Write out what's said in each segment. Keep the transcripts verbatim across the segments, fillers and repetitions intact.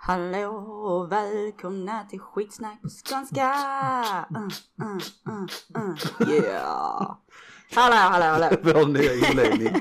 Hallå och välkomna till skitsnack på skånska. Uh, uh, uh, uh. Yeah. Hallå, hallå, hallå. Vår nya inledning.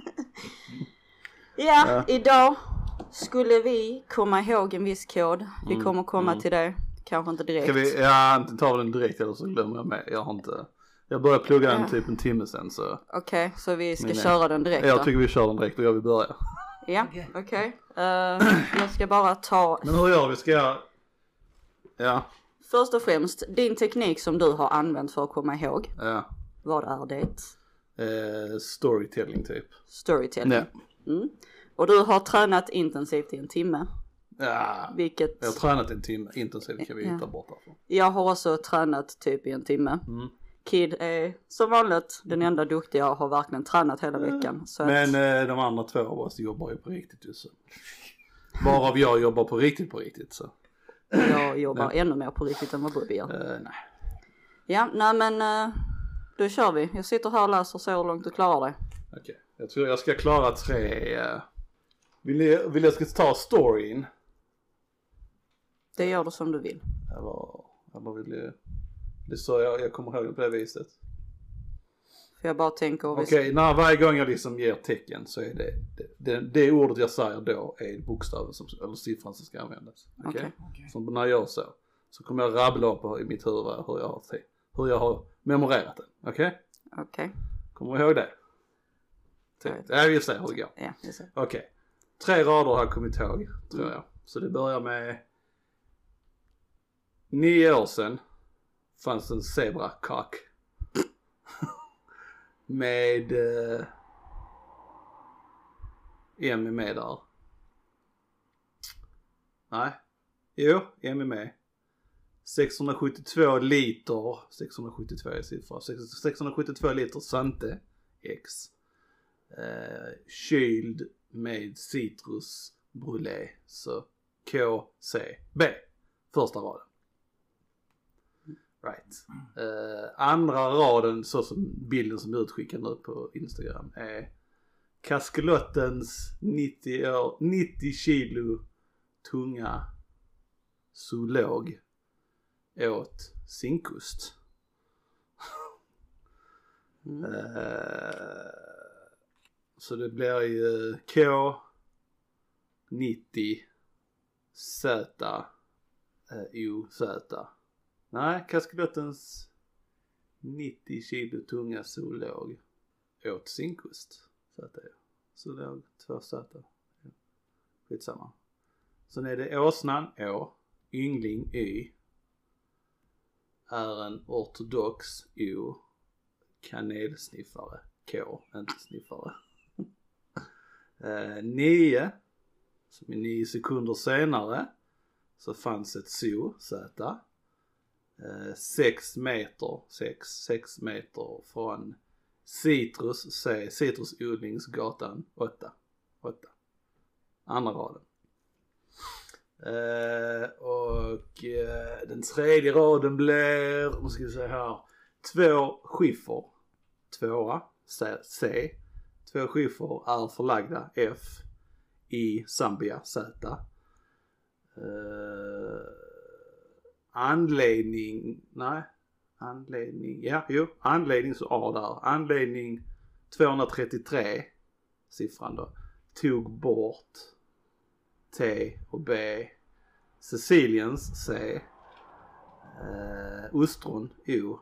Ja, ja, idag skulle vi komma ihåg en viss kod. Vi mm, kommer komma mm. till det. Kanske inte direkt. Ska vi, ja, inte ta den direkt eller så glömmer jag med. Jag har inte... Jag började plugga den ja. typ en timme sen så... Okej, okay, så vi ska Men, köra den direkt Jag då? tycker vi kör den direkt och jag vill börja. Ja, okej. Okay. Okay. Uh, jag ska bara ta... Men hur gör vi? Ska jag... Ja. Först och främst, din teknik som du har använt för att komma ihåg. Ja. Vad är det? Uh, storytelling typ. Storytelling. Ja. Mm. Och du har tränat intensivt i en timme. Ja. Vilket... Jag har tränat en timme intensivt kan vi hitta ja. bort därför. Jag har också tränat typ i en timme. Mm. Kid är som vanligt den enda duktiga och har verkligen tränat hela veckan. Så Men att... eh, de andra två av oss jobbar ju på riktigt just så. Varav jag jobbar på riktigt på riktigt så. Jag jobbar nej. ännu mer på riktigt än vad Bobby gör. Uh, nej. Ja, nej men uh, då kör vi. Jag sitter här och läser och ser hur långt du klarar det. Okej, okay. Jag tror jag ska klara tre. Uh... Vill, jag, vill jag ska ta storyn? Det gör du som du vill. Eller, eller vill jag... Det är så jag, jag kommer ihåg det på det viset. För jag bara tänker... Okej, okay, när varje gång jag liksom ger tecken så är det det, det, det ordet jag säger då är bokstaven som, eller siffran som ska användas. Okej? Okay? Okay. Så när jag gör så så kommer jag rabbla upp i mitt huvud hur jag har, hur jag har memorerat den. Okej? Okay? Okej. Okay. Kommer du ihåg det? Ja, vi ser hur det går. Ja, vi ser. Okej. Okay. Tre rader har jag kommit ihåg, tror mm. jag. Så det börjar med... Nio år sedan fanns en zebrakock med eh, M är med där. Nej. Jo, M är med. sexhundrasjuttiotvå liter, sexhundrasjuttiotvå är siffra, sexhundrasjuttiotvå liter Sante X. Eh, kyld med citrus brûlé. Så K, C, B. Första raden. Right. Uh, andra raden, så som bilden som är utskickad nu på Instagram, är kaskelottens nittio, år, nittio kilo tunga zoolog åt zinkost. Mm. Uh, så det blir ju K nittio Z uh, O Z. Nej, kaskelottens nittio kilo tunga zoolog åt zinkost. Så att det är zoolog, två Z. Skitsamma. Sen är det åsnan, Å, yngling, Y. Är en ortodox, O, kanelsniffare, K, inte sniffare. eh, nio, som är nio sekunder senare, så fanns ett zoo, Z. Uh, sex meter, sex, sex meter från Citrus, C, Citrusodlingsgatan, åtta, åtta. Andra raden. Uh, och uh, den tredje raden blir, nu ska vi se här, två skiffer, tvåa, C, C. Två skiffer är förlagda, F, i Zambia, Z. Uh, Anledning, nej, anledning, ja, jo, anledning så A där, anledning tvåhundratrettiotre, siffran då, tog bort T och B, Cecilians C, eh, ostron O,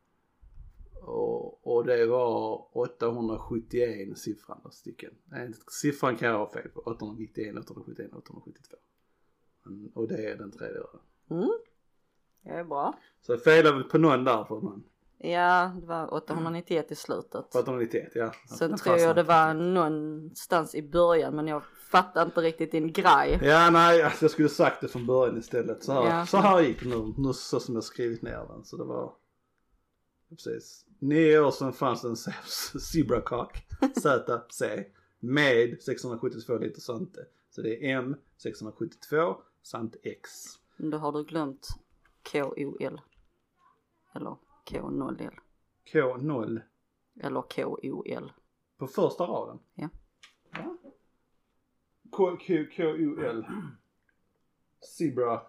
och, och det var åttahundrasjuttioen siffran då stycken. Nej, siffran kan jag ha fel på, åttahundranittioen, åttahundrasjuttioen, åttahundrasjuttiotvå. Mm, och det är den tredje då. Mm. Det är bra. Så jag felade på någon där för någon. Ja, det var åttahundranittioett i slutet. åttahundranittioett, ja. Sen tror jag det var någonstans i början, men jag fattar inte riktigt din grej. Ja, nej, alltså jag skulle sagt det från början istället. Så här, ja, så här gick det nu, nu så som jag skrivit ner den. Så det var, precis. Nio år sedan fanns det en zebrakock, Z C, med sexhundrasjuttiotvå liter Sante. Så det är M sexhundrasjuttiotvå samt X. Då har du glömt K O L. Eller K noll L. K noll. Eller K O L. På första raden? Ja. Ja. K Q K O L. Zebra.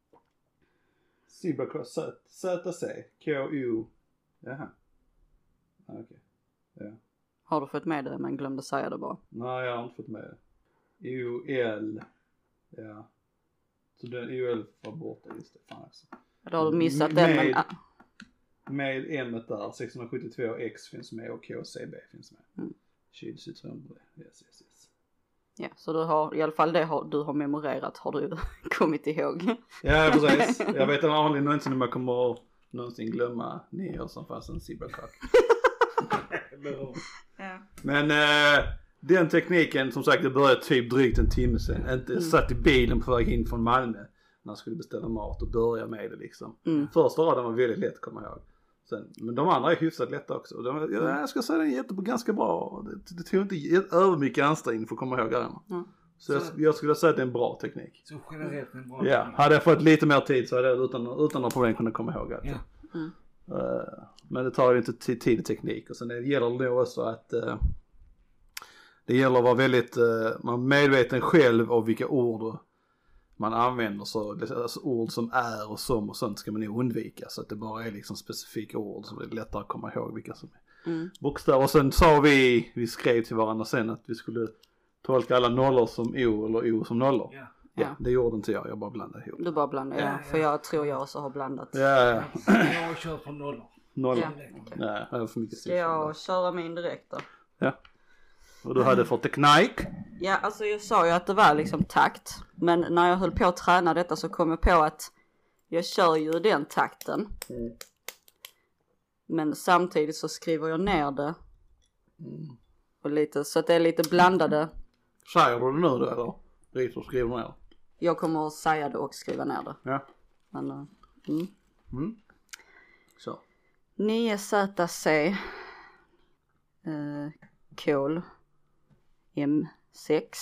Zebra Cross Z C. K-O. Jaha. Okej. Okay. Ja. Har du fått med det men glömde säga det bara? Nej, jag har inte fått med det. O L. Ja. Så den O L var borta, just det. Fan också. Då har du missat den men... Med, med M där. sexhundrasjuttiotvå X finns med och K C B finns med. Mm. Kyl citron. Yes, yes, yes. Ja, så du har i alla fall det har, du har memorerat har du kommit ihåg. Ja, precis. Jag vet inte aldrig någonsin om jag kommer någonsin glömma nio år som fanns en zebracock. Ja. Men äh, den tekniken som sagt det började typ drygt en timme sedan. Inte mm. satt i bilen på väg in från Malmö när jag skulle beställa mat och börja med det liksom. Mm. Första raden var väldigt lätt att komma ihåg. Sen, men de andra är hyfsat lätta också. De, jag, jag ska säga den är jättebra, ganska bra. Det, det tog inte över mycket ansträngning för att komma ihåg den. Mm. Så, så jag, jag skulle säga att det är en bra teknik. Så generellt en bra ja, teknik. Hade jag fått lite mer tid så hade jag utan, utan några problem kunnat komma ihåg det. Ja. Mm. Uh, men det tar ju inte tid, tid och teknik. Och sen det gäller det också att uh, det gäller att vara väldigt uh, man medveten själv av vilka ord man använder. Så alltså, ord som är och som och sånt ska man nog undvika. Så att det bara är liksom specifika ord som är lättare att komma ihåg vilka som är mm. bokstäver. Och sen sa vi, vi skrev till varandra sen att vi skulle tolka alla nollor som O eller O som nollor. Yeah. Ja, ja, det gjorde inte jag. Jag bara blandade ihop. Du bara blandade, ja. ja. För jag tror jag också har blandat. Ja, ja. Jag har kört på nollor. Nollor. Ja, okay. Nej, det var för mycket. Ska jag köra min direkt då? Ja. Och du hade fått teknik? Ja, alltså jag sa ju att det var liksom takt. Men när jag höll på att träna detta så kom jag på att jag kör ju den takten. Mm. Men samtidigt så skriver jag ner det. Mm. Och lite, så att det är lite blandade. Säger du det nu då eller? Ritar skriver ner? Jag kommer att säga det och skriva ner det. Ja. Men, uh, mm. Mm. Så. nio Z C. Uh, kol. M sex.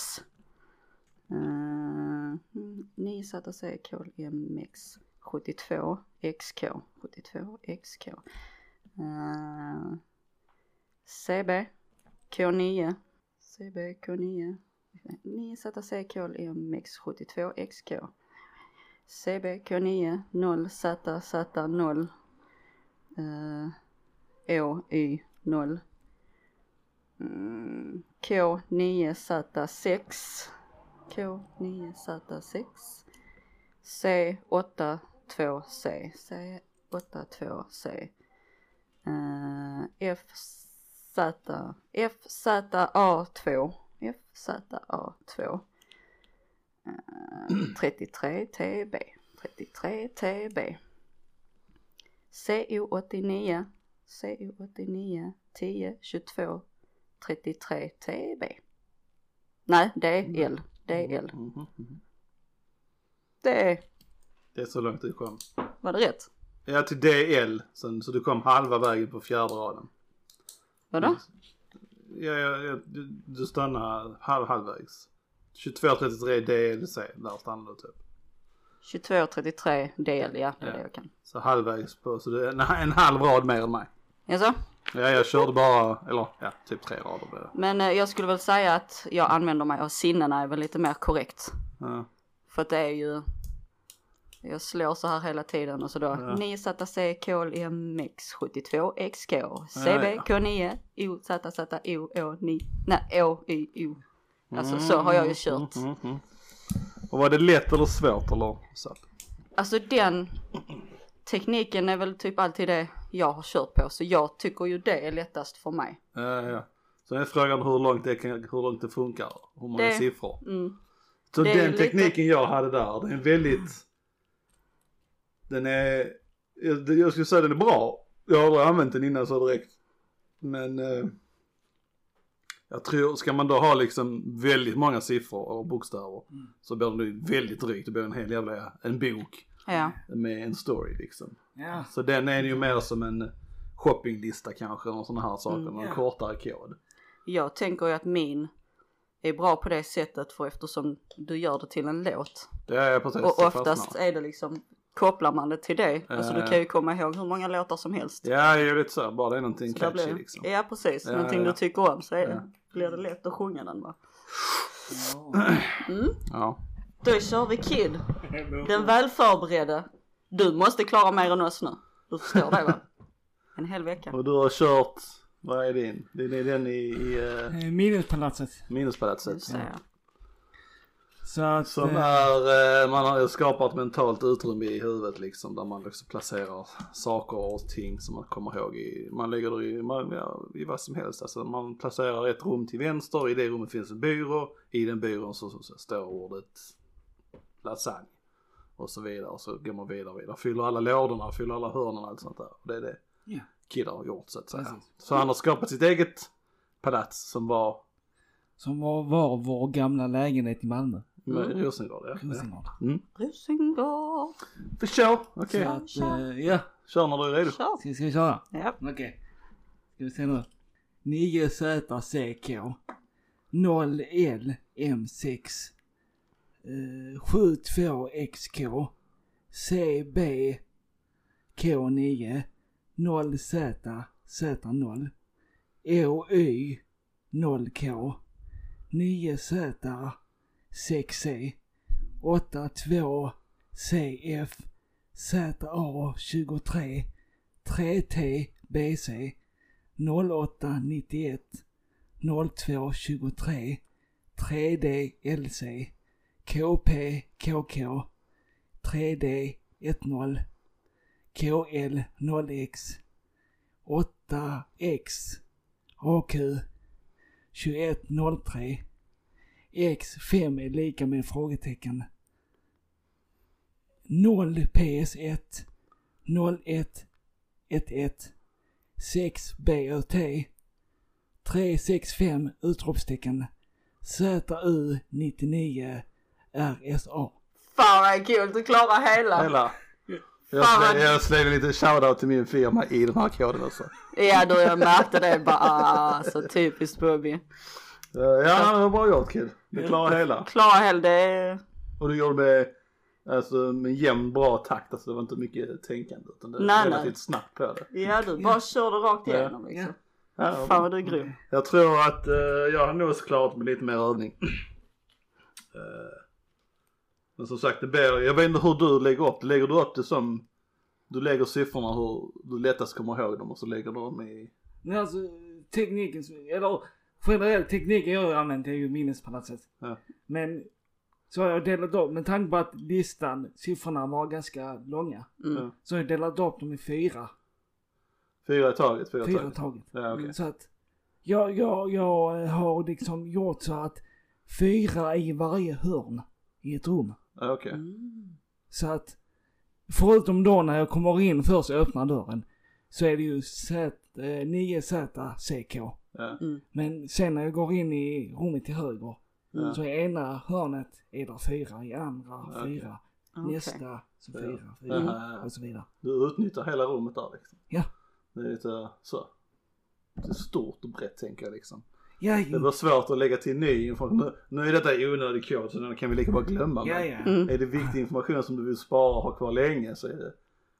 Uh, nio Z C kol M X sjuttiotvå X K. sjuttiotvå X K. Uh, C B. K nio. C B K nio. nio Z C kol M X sjuttiotvå X K. C B K nio noll Z Z noll. Uh, Å Y noll. Mm, K nio Z sex. K nio Z sex. C åtta två C. C åtta två C. Uh, F Z. F Z A två. F Z A två. Uh, trettiotre T B. trettiotre T B. C O åttionio. C O åttionio. tio tjugotvå trettiotre T B. Nej, det är L. Det är L. Mm, mm, mm. Det är... Det är så långt du kom. Var det rätt? Ja, till D L. Sen, så du kom halva vägen på fjärde raden. Vadå? Ja, ja, ja du, du stannar halv, halvvägs. tjugotvå trettiotre D L C. Där stannar du typ. tjugotvå trettiotre D L, ja. Det är ja. Det jag kan. Så halvvägs på. Så det är en, en halv rad mer än mig. Jaså? Ja, jag körde bara, eller ja, typ tre rader blev det. Men eh, jag skulle väl säga att jag använder mig av sinnena är väl lite mer korrekt. Ja. För att det är ju, jag slår så här hela tiden och så då. Ja. nio Z C kol M X sjuttiotvå X K. C B K nio O Z Z O Å nio. Nej, Å Y O. Alltså mm, så har jag ju kört. Mm, mm, mm. Och var det lätt eller svårt eller så? Alltså den tekniken är väl typ alltid det jag har kört på. Så jag tycker ju det är lättast för mig. Ja, ja. Så är frågan hur långt det, kan, hur långt det funkar. Hur många det, siffror. Mm. Så det den tekniken lite... jag hade där, den är väldigt... Den är... Jag, jag skulle säga den är bra. Jag har aldrig använt den innan så direkt. Men... Eh, jag tror, ska man då ha liksom väldigt många siffror och bokstäver. Mm. Så blir det nu väldigt drygt. Det blir en hel jävla... En bok. Ja. Med en story liksom. Ja. Så den är ju mer som en shoppinglista kanske och sådana här saker. Mm, en ja. kortare kod. Jag tänker ju att min är bra på det sättet för eftersom du gör det till en låt. Det är precis. Och oftast är det liksom, kopplar man det till det. Äh. Alltså du kan ju komma ihåg hur många låtar som helst. Ja, jag vet så. Bara det är någonting så catchy blir, liksom. Ja, precis. Ja, någonting ja. Du tycker om så är, ja. Blir det lätt att sjunga den bara. Mm. Ja. Då kör vi Kid. Den välförberedda. Du måste klara mer än oss nu. Du förstår det, va? En hel vecka. Och du har kört, vad är din? Det är den i, i uh, Minuspalatset. Minuspalatset. Just det, ja. Så att, Som eh, är, eh, man har ju skapat mentalt utrymme i huvudet liksom, där man liksom placerar saker och ting som man kommer ihåg i, man lägger det i, man, ja, i vad som helst, alltså man placerar ett rum till vänster, i det rummet finns en byrå, i den byrån så, så, så står ordet lasagne och så vidare, och så går man vidare vidare, fyller alla lådorna, fyller alla hörnen och allt sånt där, och det är det ja. Kid har gjort så att säga. Precis. Så han har skapat sitt eget palats som var Som var, var vår gamla lägenhet i Malmö. med Mm. Rosengård, ja. Rosengård. Mm. Rosengård. För show, okej. Så att, eh, ja. Kör när du är redo. Kör. Ska, ska vi köra? Ja. Okej. Okay. Ska vi se nu. nio Z C K. noll L M sex. Eh, sju två X K. C B K nio. noll Z Z noll. O Y noll K. nio Z sex C. åtta två C F. Z A tjugotre. tre T B C. noll åtta nittioett. noll två tjugotre. tre D L C. K P K K. tre D tio. K L noll X. åtta X. A Q. tjugoett noll tre. X fem är lika med frågetecken. noll P S ett. noll ett ett ett. sex B Ö T. tre sex fem utropstecken. Z U nittionio R S A. Fan vad kul, du klarar hela. Hela. Jag, Fan, slä, vad- jag slänger lite shoutout till min firma i den här koden också. Ja, då jag märkte det bara, ah, så typiskt Bobby. Uh, ja, det var bra gjort kid. Du klarar hela. Klara hela, det Och du gjorde med, alltså, med jämn bra takt. Alltså det var inte mycket tänkande. Utan det var Nej, relativt nej. snabbt på det. ja du bara körde rakt igenom Ja. liksom. Ja, det var Fan bra. vad du är grym. Jag tror att uh, jag har nog klarat med lite mer övning. Uh, men som sagt, det ber, jag vet inte hur du lägger upp det. Lägger du upp det som, du lägger siffrorna hur du lättast kommer ihåg dem och så lägger du dem i... Men alltså tekniken, eller generellt tekniken jag har använt är ju minnespalatset. Ja. Men så har jag delat upp, med tanke på att listan, siffrorna var ganska långa. Mm. Så har jag delat upp dem i fyra. Fyra i taget, fyra i Fyra taget. taget. Ja, okej. Så att jag, jag, jag har liksom gjort så att fyra i varje hörn i ett rum. Ja, okej. Mm. Så att förutom då när jag kommer in först och öppnar dörren så är det ju Z, eh, nio Z C K. Ja. Mm. Men sen när jag går in i rummet till höger Ja. så i ena hörnet är det fyra, i andra Okej. fyra, Okej. nästa så Ja. fyra, fyra Jaha. och så vidare. Du utnyttjar hela rummet där liksom. Ja. Det är lite så. Det är stort och brett tänker jag liksom. Ja, Det jo. var svårt att lägga till ny information. Nu, nu är detta onödig kod så den kan vi lika bara glömma. Ja, Men ja. Mm. är det viktig information som du vill spara och ha kvar länge så är det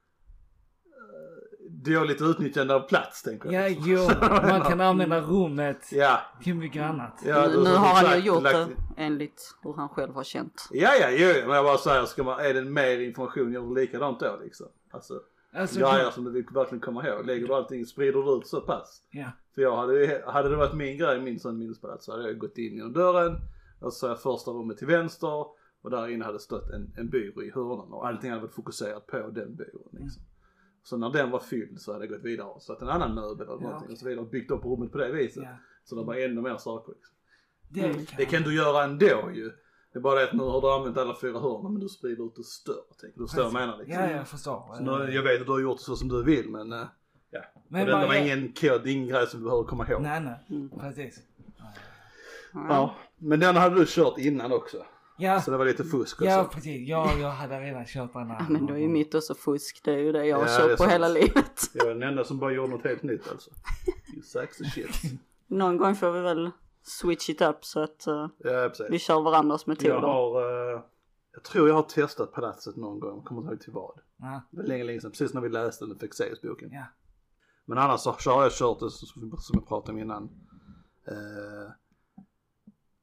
eh, dåligt utnyttjande av plats tänker jag. Ja, jo. Man kan använda rummet Ja. till mycket annat. Ja, nu du nu har har han ju sagt- gjort lagt- det enligt hur han själv har känt. Ja, ja, jo, men jag bara säger, ska man, är det mer information gör du likadant då liksom? Alltså, Alltså, grejer som du vill verkligen komma ihåg. Lägger du allting, sprider du ut så pass? ja. För jag hade, ju- hade det varit min grej, min sån minnespalat, så hade jag gått in genom dörren och så är första rummet till vänster och där inne hade stått en, en byrå i hörnan och allting hade varit fokuserat på den byrån liksom. Så när den var fylld så hade jag gått vidare och satt en annan möbel eller Ja, någonting okej. och så vidare och byggt upp rummet på det viset. Ja. Så det var ännu mer saker liksom. Det, Mm. kan. Det kan du göra ändå ju. Det är bara det att nu har du använt alla fyra hörnen men du sprider ut det större. Tänker du förstår vad jag menar liksom. Ja, jag förstår. Så nu, jag vet att du har gjort det så som du vill men äh, ja. Men och det, det man- var ingen kod, det är ingen grej som du behöver komma ihåg. Nej, nej. Mm. Precis. Ja, men den hade du kört innan också. Ja, Så det var lite fusk också. ja precis. Jag, jag hade redan kört den här. Ja, men då är ju mitt också fusk, det är ju det jag har Ja, det är kört på sant. hela livet. Jag var den enda som bara gjorde något helt nytt alltså. You sacks of shit. Någon gång får vi väl switch it up så att uh, Ja, precis. vi kör varandras metoder. Jag har, uh, jag tror jag har testat palatset någon gång. Kommer inte ihåg till vad. Ja, Det var länge, länge sedan. Precis när vi läste den Fexeus-boken. ja. Men annars så har jag kört det som som jag pratade om innan. Uh,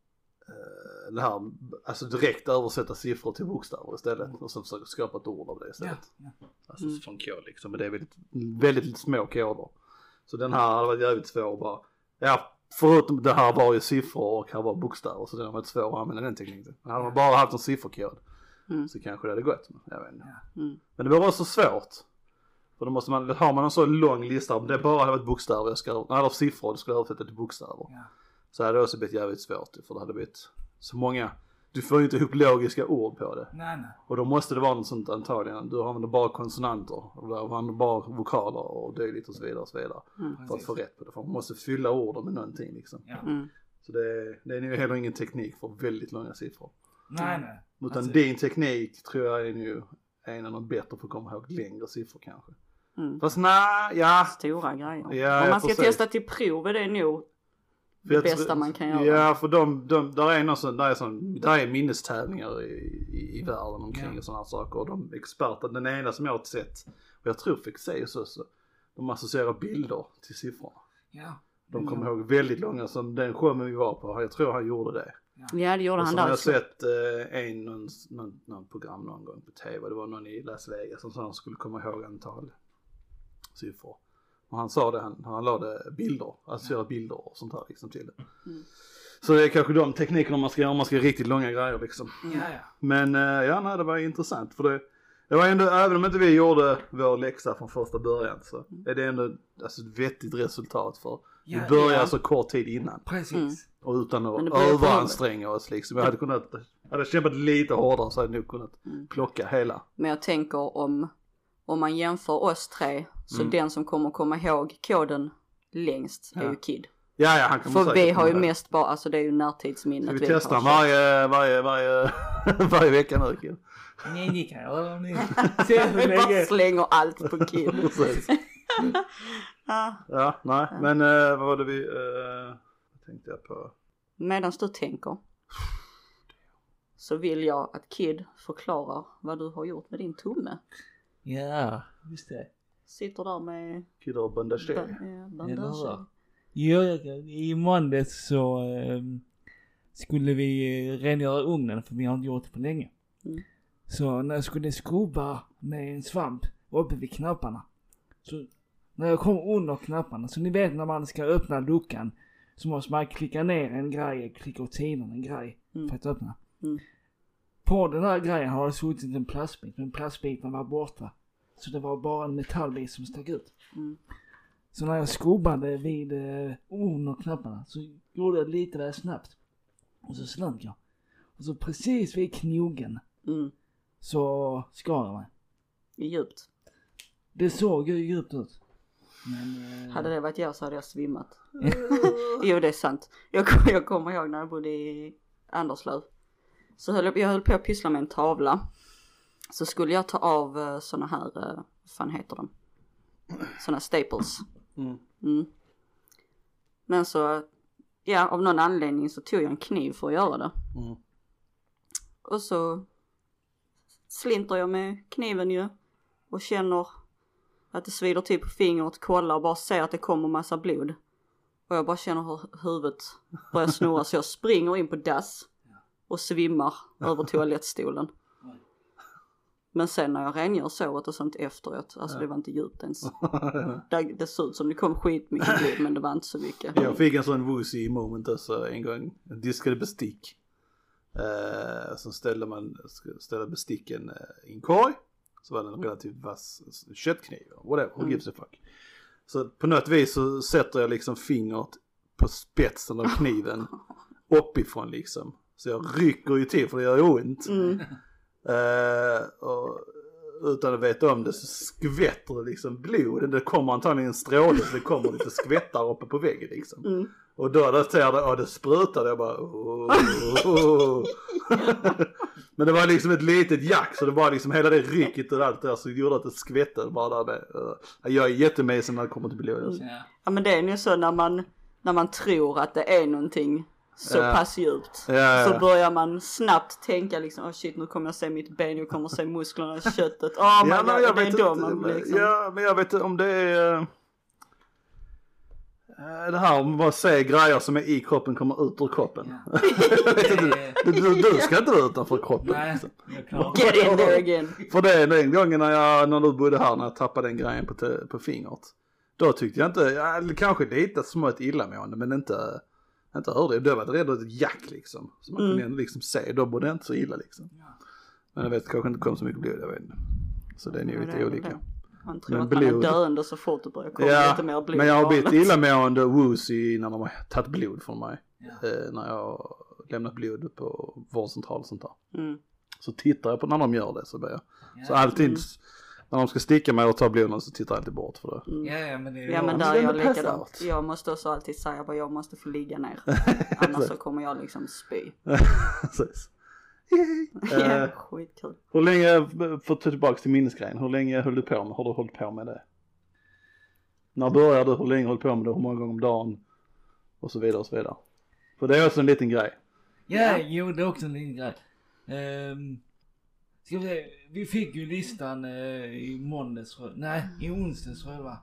det här, alltså direkt översätta siffror till bokstäver istället och så försöka skapa ett ord av det istället. Ja, ja. Alltså mm. från kod liksom, men det är väldigt, väldigt små koder. Så den här hade varit jävligt svår bara, ja förutom det här var ju siffror och här var bokstäver så den har varit svår att använda den tekniken. Men hade man bara haft en sifferkod mm. så kanske det hade gått, men jag vet inte. Mm. Men det var också svårt. För då måste man, har man en så lång lista, om det bara hade varit bokstäver, jag ska, eller siffror, det skulle översätta till bokstäver. Ja. Så hade det också blivit jävligt svårt, för det hade blivit så många, du får ju inte ihop logiska ord på det. Nej, nej. Och då måste det vara något sånt antagligen, du använder bara konsonanter, och du använder bara vokaler och dylikt och så vidare och så vidare. Mm. För att få rätt på det, för man måste fylla orden med någonting liksom. Ja. Mm. Så det, det är ju heller ingen teknik för väldigt långa siffror. Nej, nej. Utan alltså, din teknik tror jag är ju en av de bättre för att komma ihåg längre siffror kanske. Mm. Fast nej, ja. Stora grejer. Ja, om man ska precis. testa till prov är det nog det bästa tror, man kan göra. Ja, för de, de, där är någon sån, där är sån, där är minnestävlingar i, i, i världen omkring ja. och sådana här saker. Och de experter, den ena som jag har sett, och jag tror fick se så, så de associerar bilder till siffrorna. Ja. De kommer mm. ihåg väldigt långa, som den showen vi var på, jag tror han gjorde det. Ja, det gjorde och han där. Jag har sett eh, en, någon, någon, någon program någon gång på tv, det var någon i Las Vegas som sa han skulle komma ihåg antal siffror. Och han sa det, han, han lade bilder, alltså göra bilder och sånt här liksom till det. Mm. Så det är kanske de teknikerna man ska göra om man ska göra riktigt långa grejer liksom. Ja, ja. Men äh, ja, nej, det var intressant för det, det var ändå, även om inte vi gjorde vår läxa från första början så mm. är det ändå alltså, ett vettigt resultat för ja, vi började ja. så kort tid innan. Precis. Mm. Och utan att överanstränga oss liksom. Jag hade kunnat, hade kämpat lite hårdare så hade jag nog kunnat mm. plocka hela. Men jag tänker om Om man jämför oss tre så mm. den som kommer komma ihåg koden längst ja. är ju Kid. Ja, ja, han kan För vi har ju mest bara, alltså det är ju närtidsminnet. Vi, vi testar varje, varje, varje, varje vecka nu, Kid. Nej, ni kan göra ni. Vi bara slänger allt på Kid. ja. ja, nej, ja. men uh, vad var det vi, uh, vad tänkte jag på? Medan du tänker så vill jag att Kid förklarar vad du har gjort med din tumme. Ja, just det. Sitter där med Kid och bandage. Ja, bandage. Ja, i måndags så um, skulle vi rengöra ugnen för vi har inte gjort det på länge. Mm. Så när jag skulle skruva med en svamp uppe vid knapparna. Så när jag kom under knapparna, så ni vet när man ska öppna luckan så måste man klicka ner en grej, klicka åt sidan en grej mm. för att öppna. Mm. På den här grejen har det suttit en plastbit, men plastbiten var borta. Så det var bara en metallbit som stack ut. Mm. Så när jag skrubbade vid eh, under knapparna så gjorde jag lite väl snabbt. Och så slant jag. Och så precis vid knogen mm. så skar jag mig. Djupt. Det såg ju djupt ut. Men, eh... Hade det varit jag så hade jag svimmat. Jo, det är sant. Jag, jag kommer ihåg när jag bodde i Anderslöv. Så höll jag, jag höll på att pyssla med en tavla. Så skulle jag ta av uh, såna här, uh, vad fan heter de? Såna staples. Mm. Mm. Men så, ja, av någon anledning så tog jag en kniv för att göra det. Mm. Och så slinter jag med kniven ju. Och känner att det svider till på fingret, kollar och bara ser att det kommer massa blod. Och jag bara känner hur huvudet börjar snurra så jag springer in på dass. Och svimmar över toalettstolen. Men sen när jag rengör såret och sånt efteråt, alltså det var inte djupt ens. det, det såg ut som det kom skitmycket blod, men det var inte så mycket. Jag fick en sån woozy moment alltså en gång. Jag diskade bestick. Uh, så ställde man ställde besticken uh, i en korg. Så var det en relativt vass köttkniv. Whatever, who gives a fuck. Så på något vis så sätter jag liksom fingret på spetsen av kniven uppifrån liksom. Så jag rycker ju till för det gör ont. Mm. Uh, och utan att veta om det så skvätter det liksom blod. Det kommer antagligen en stråle så det kommer lite skvättar uppe på väggen liksom. Mm. Och då där ser jag och det sprutar jag bara oh, oh, oh. Men det var liksom ett litet jack så det var liksom hela det rycket och allt där så det gjorde att det skvättade bara där med. Uh, jag är jättemejsen när det kommer till blod. Alltså. Mm. Ja men det är ju så när man, när man tror att det är någonting så ja. pass djupt. Ja, ja. Så börjar man snabbt tänka liksom, åh oh shit, nu kommer jag se mitt ben, jag kommer se musklerna, köttet. Åh oh, ja, my god, det är då man blir liksom... Ja, men jag vet inte om det är... Det här om bara se grejer som är i kroppen kommer ut ur kroppen. Ja. du, du, du ska inte vara utanför kroppen. Nej, Liksom. jag klarar Get in there again. För det är den gången när, jag, när du bodde här, när jag tappade den grejen på, te, på fingret. Då tyckte jag inte, ja, kanske lite smått illamående, men inte, inte hörde. Då var det redan ett jack liksom. Så man Mm. kunde ändå liksom se, då bodde det inte så illa liksom. Ja. Men jag vet, kanske inte kom så mycket blod, jag vet inte. Så det är nog Ja, lite det är väl olika. det. Man tror Men att man är blod- döende så fort det börjar komma Ja, lite mer blod. men jag har blivit vanligt. illamående och woozy när de har tagit blod från mig. Ja. Eh, när jag har lämnat blod på vårdcentral och sånt där. Mm. Så tittar jag på när de gör det så blir jag. Ja. Så alltid Mm. när de ska sticka mig och ta bloden så tittar jag alltid bort för det. Mm. Ja, ja, men det är Ja men men där det är är jag ändå likadant. passat. Jag måste också alltid säga att jag måste få ligga ner. Annars så kommer jag liksom spy. Precis. Ja, Eh, skitkul. hur länge, för att ta tillbaka till minnesgrejen, hur länge höll du på med, har du hållit på med det? När började du, hur länge höll du på med det, hur många gånger om dagen och så vidare och så vidare. För det är också en liten grej. Ja, Ja. jo, det är också en liten grej. Um, ska vi se, vi fick ju listan uh, i måndags, tror jag. Nej, i onsdags tror jag det var.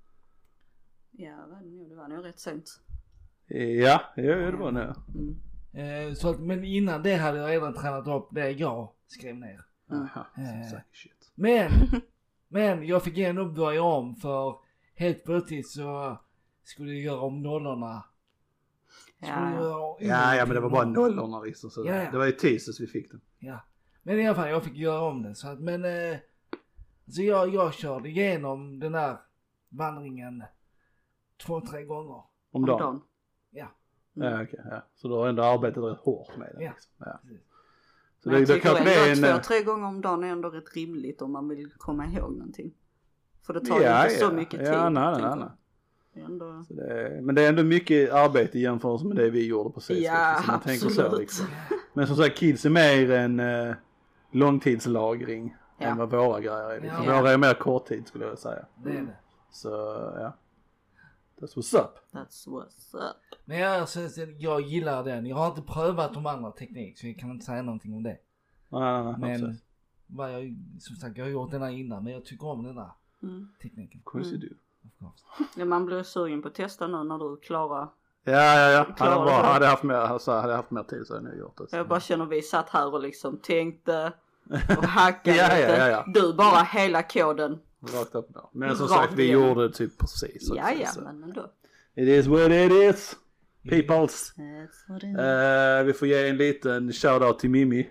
Ja vad är det nu? Det var nog rätt sent. Ja, ja det var det. Mm. Uh, så att, men innan det hade jag redan tränat upp det jag skrev ner. Mm. Jaha, Eh. så säkert shit. Men, men jag fick ändå börja om för helt plötsligt så skulle jag göra om nollorna. Skulle Ja, ja. göra om Ja, ja men det var bara nollorna. nollorna liksom. Så Ja, ja. det var ju tisdags vi fick den. Ja, men i alla fall jag fick göra om det så att, men eh, så jag, jag körde igenom den där vandringen två, tre gånger. Om Om dagen. dagen. Ja, Ja okej, ja. Så du har ändå arbetat rätt hårt med det. Ja. Liksom. Ja. precis. Så Men det, jag det tycker kanske det är ändå en... att två, tre gånger om dagen är ändå rätt rimligt om man vill komma ihåg någonting. För det tar ju Ja, inte så ja. mycket tid. Ja, nej, nej, tänker nej, jag. nej. Det är Ändå... Så det är, men det är ändå mycket arbete i jämförelse med det vi gjorde precis. Ja, liksom, så man tänker så, absolut. liksom. Men som sagt, kids är mer en eh, långtidslagring Ja. än vad våra grejer är. Liksom. Ja. Våra är mer korttid skulle jag säga. Det är det. Så ja, that's what's up. That's what's up. Men jag, så, så, jag gillar den. Jag har inte prövat de andra teknik så jag kan inte säga någonting om det. Nej, nej, nej, Men precis. vad jag, som sagt jag har gjort den här innan men jag tycker om den där Mm. tekniken. Of course you do. Of course. Ja, man blir sugen på att testa nu när du klarar. Ja, ja, ja. Hade, Klarar jag det bara, så. hade jag haft mer, alltså, hade jag haft mer tid så hade jag nog gjort det. Jag bara känner vi satt här och liksom tänkte och hackade Ja, ja, lite. ja, ja. Du bara hela koden. Rakt upp där. Men som Rakt sagt, vi igenom. gjorde det typ precis. så att Ja, säga, ja, så. men ändå. It is what it is. Peoples. That's what it is. Eh, vi får ge en liten shoutout till Mimi.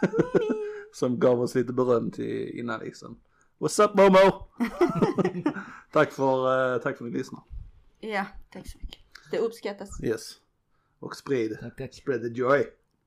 Som gav oss lite beröm till innan liksom. What's up Momo? tack för, uh, tack för att ni lyssnar. Ja, tack så mycket. Det uppskattas. Yes. Och sprid. Tack, tack. Spread the joy.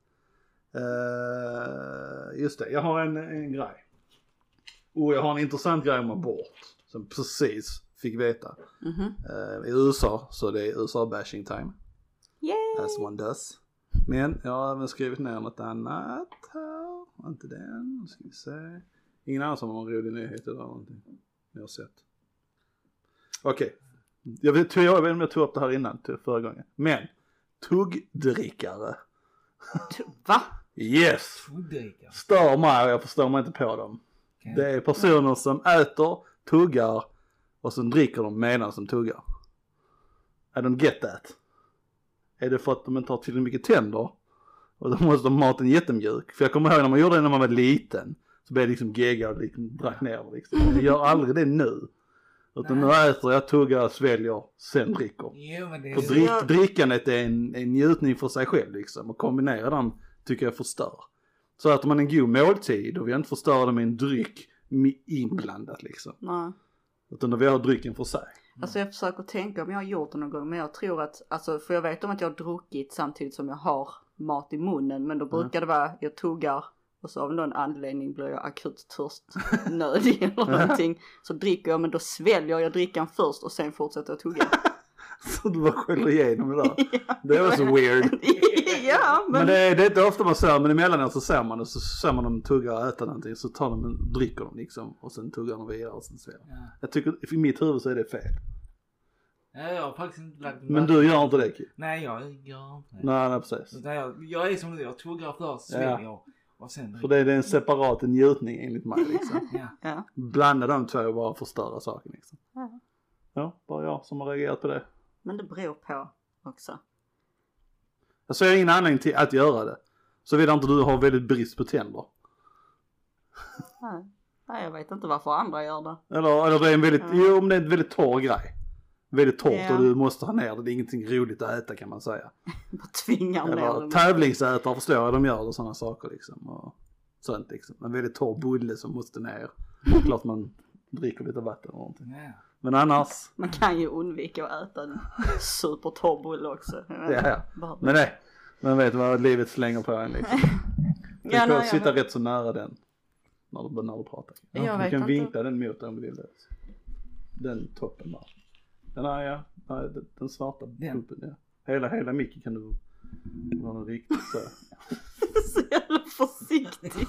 Uh, just det, jag har en, en grej. Och jag har en intressant grej om abort. Som precis fick veta. Mhm. Uh, I U S A så det är U S A bashing time. Yay! As one does. Men jag har även skrivit ner något annat här. Inte den. Nu ska vi se. Ingen annan som har någon rolig nyhet eller någonting. Jag har sett. Okej. Okay. Jag vet jag vet inte om jag tog upp det här innan till förra gången. Men. Tuggdrickare. T- Va? Yes. Foodrika. Stör mig och jag förstår mig inte på dem. Okay. Det är personer som äter, tuggar och sen dricker de medan de tuggar. I don't get that. Är det för att de inte har tillräckligt mycket tänder? Och då måste de ha maten jättemjuk. För jag kommer ihåg när man gjorde det när man var liten. Så blev det liksom gegga och liksom drack ner liksom. Jag gör aldrig det nu. Utan nu äter jag, tuggar, sväljer, sen dricker. Jo men det är För drick, drickandet är en, en njutning för sig själv liksom. Och kombinera den tycker jag förstör. Så att man en god måltid och vi inte förstör det med en dryck inblandat liksom. Nej. Utan då vi har drycken för sig. Alltså jag försöker tänka om jag har gjort det någon gång. Men jag tror att, alltså för jag vet om att jag har druckit samtidigt som jag har mat i munnen. Men då brukar det vara, jag tuggar. Och så av någon anledning blir jag akut törstnödig eller någonting. Så dricker jag men då sväljer jag drickan först och sen fortsätter jag tugga. Så du bara skäller igenom det där. Ja. Det var så weird. Ja men... Men det är, det är inte ofta man ser, men emellanåt så ser man det, så ser man dem tugga och äta någonting, så tar de en, dricker de liksom, och sen tuggar de vidare och sen sväljer. Ja. Jag tycker, i mitt huvud så är det fel. Ja, jag har faktiskt inte lagt Men du gör inte det, Kid? Nej jag gör inte det. Nej, nej precis. Utan jag, jag är som du, jag tuggar först, sväljer och sen För det är en separat njutning enligt mig liksom. Ja. Ja. Blanda de två och bara förstöra saken liksom. Ja. Ja, bara jag som har reagerat på det. Men det beror på också. Jag ser ingen anledning till att göra det. Så vidare inte du har väldigt brist på tänder. Nej. Nej, jag vet inte varför andra gör det. Eller, eller det är en väldigt, Ja. jo, om det är en väldigt torr grej. Väldigt torrt Ja. och du måste ha ner det. Det är ingenting roligt att äta kan man säga. Bara tvingar ner Eller det. tävlingsätare förstår jag, de gör det sådana saker liksom. Och sånt liksom. En väldigt torr bulle som måste ner. Klart man dricker lite vatten och någonting. Ja. Men annars, Man kan ju undvika att äta en supertorr bulle också. ja, ja. Bara- Men nej, man vet vad livet slänger på en liksom. Du Ja, får nej, sitta jag, rätt så nära den. När du, när du pratar. Jag du vet kan inte. vinkla den mot dig om du vill det. Den toppen där. Den här ja, nej, den, den svarta pumpen ja. Hela, hela micken kan du vara en riktigt så. så jävla försiktig.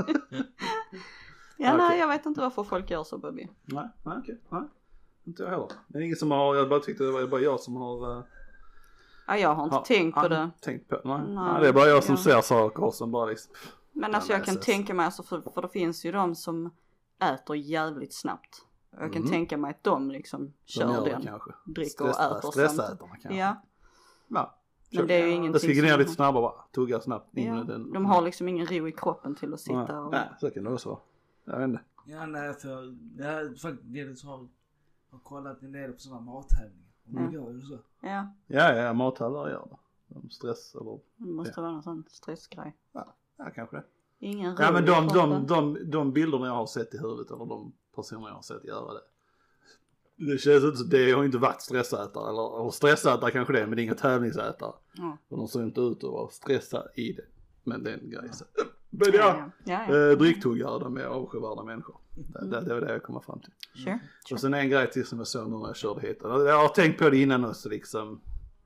Ja, Okej. nej, jag vet inte varför folk gör så, Bobby. Nej, nej okej. Nej. Inte jag heller. Det är ingen som har, jag bara tyckte det var bara jag som har uh, Ja, jag har inte har tänkt på an- det. tänkt på nej. Nej, nej. Det är bara jag som ja. ser saker och som bara liksom. Men alltså Ja, jag kan nej, så- tänka mig, alltså, för, för det finns ju de som äter jävligt snabbt. Jag kan Mm. tänka mig att de liksom De kör gör det den. kanske. Dricker och Stress- äter Stressätarna kanske. Ja, Ja. men det är ju ingenting Det ska gå ner som- lite snabbare bara. Tugga snabbt in ja. i den. De har liksom ingen ro i kroppen till att sitta Nej, och... nej, så kan det också vara. Jag vet inte. Ja, nej, för jag har faktiskt delvis har, har kollat en del på sådana mattävlingar. Och det Mm. går ju så. Ja, Ja, ja, mathallar gör det. De stress eller, det måste vara någon sån stressgrej. ja, ja kanske det. Ingen ro Ja men i de, kroppen. de, de, de bilderna jag har sett i huvudet eller de personer jag har sett göra det. Det känns inte så, det har inte varit stressätare eller, eller stressätare kanske det, men det är inga tävlingsätare. Ja. Och de ser inte ut att vara stressade i det. Men det är en grej så. Men Ja, ja, ja. Ja, ja. eh, dricktuggare de är avskyvärda människor. Det, det, det var det jag kommer fram till. Sure. sure. Och sen en grej till som jag såg nu när jag körde hit. Jag har tänkt på det innan också liksom.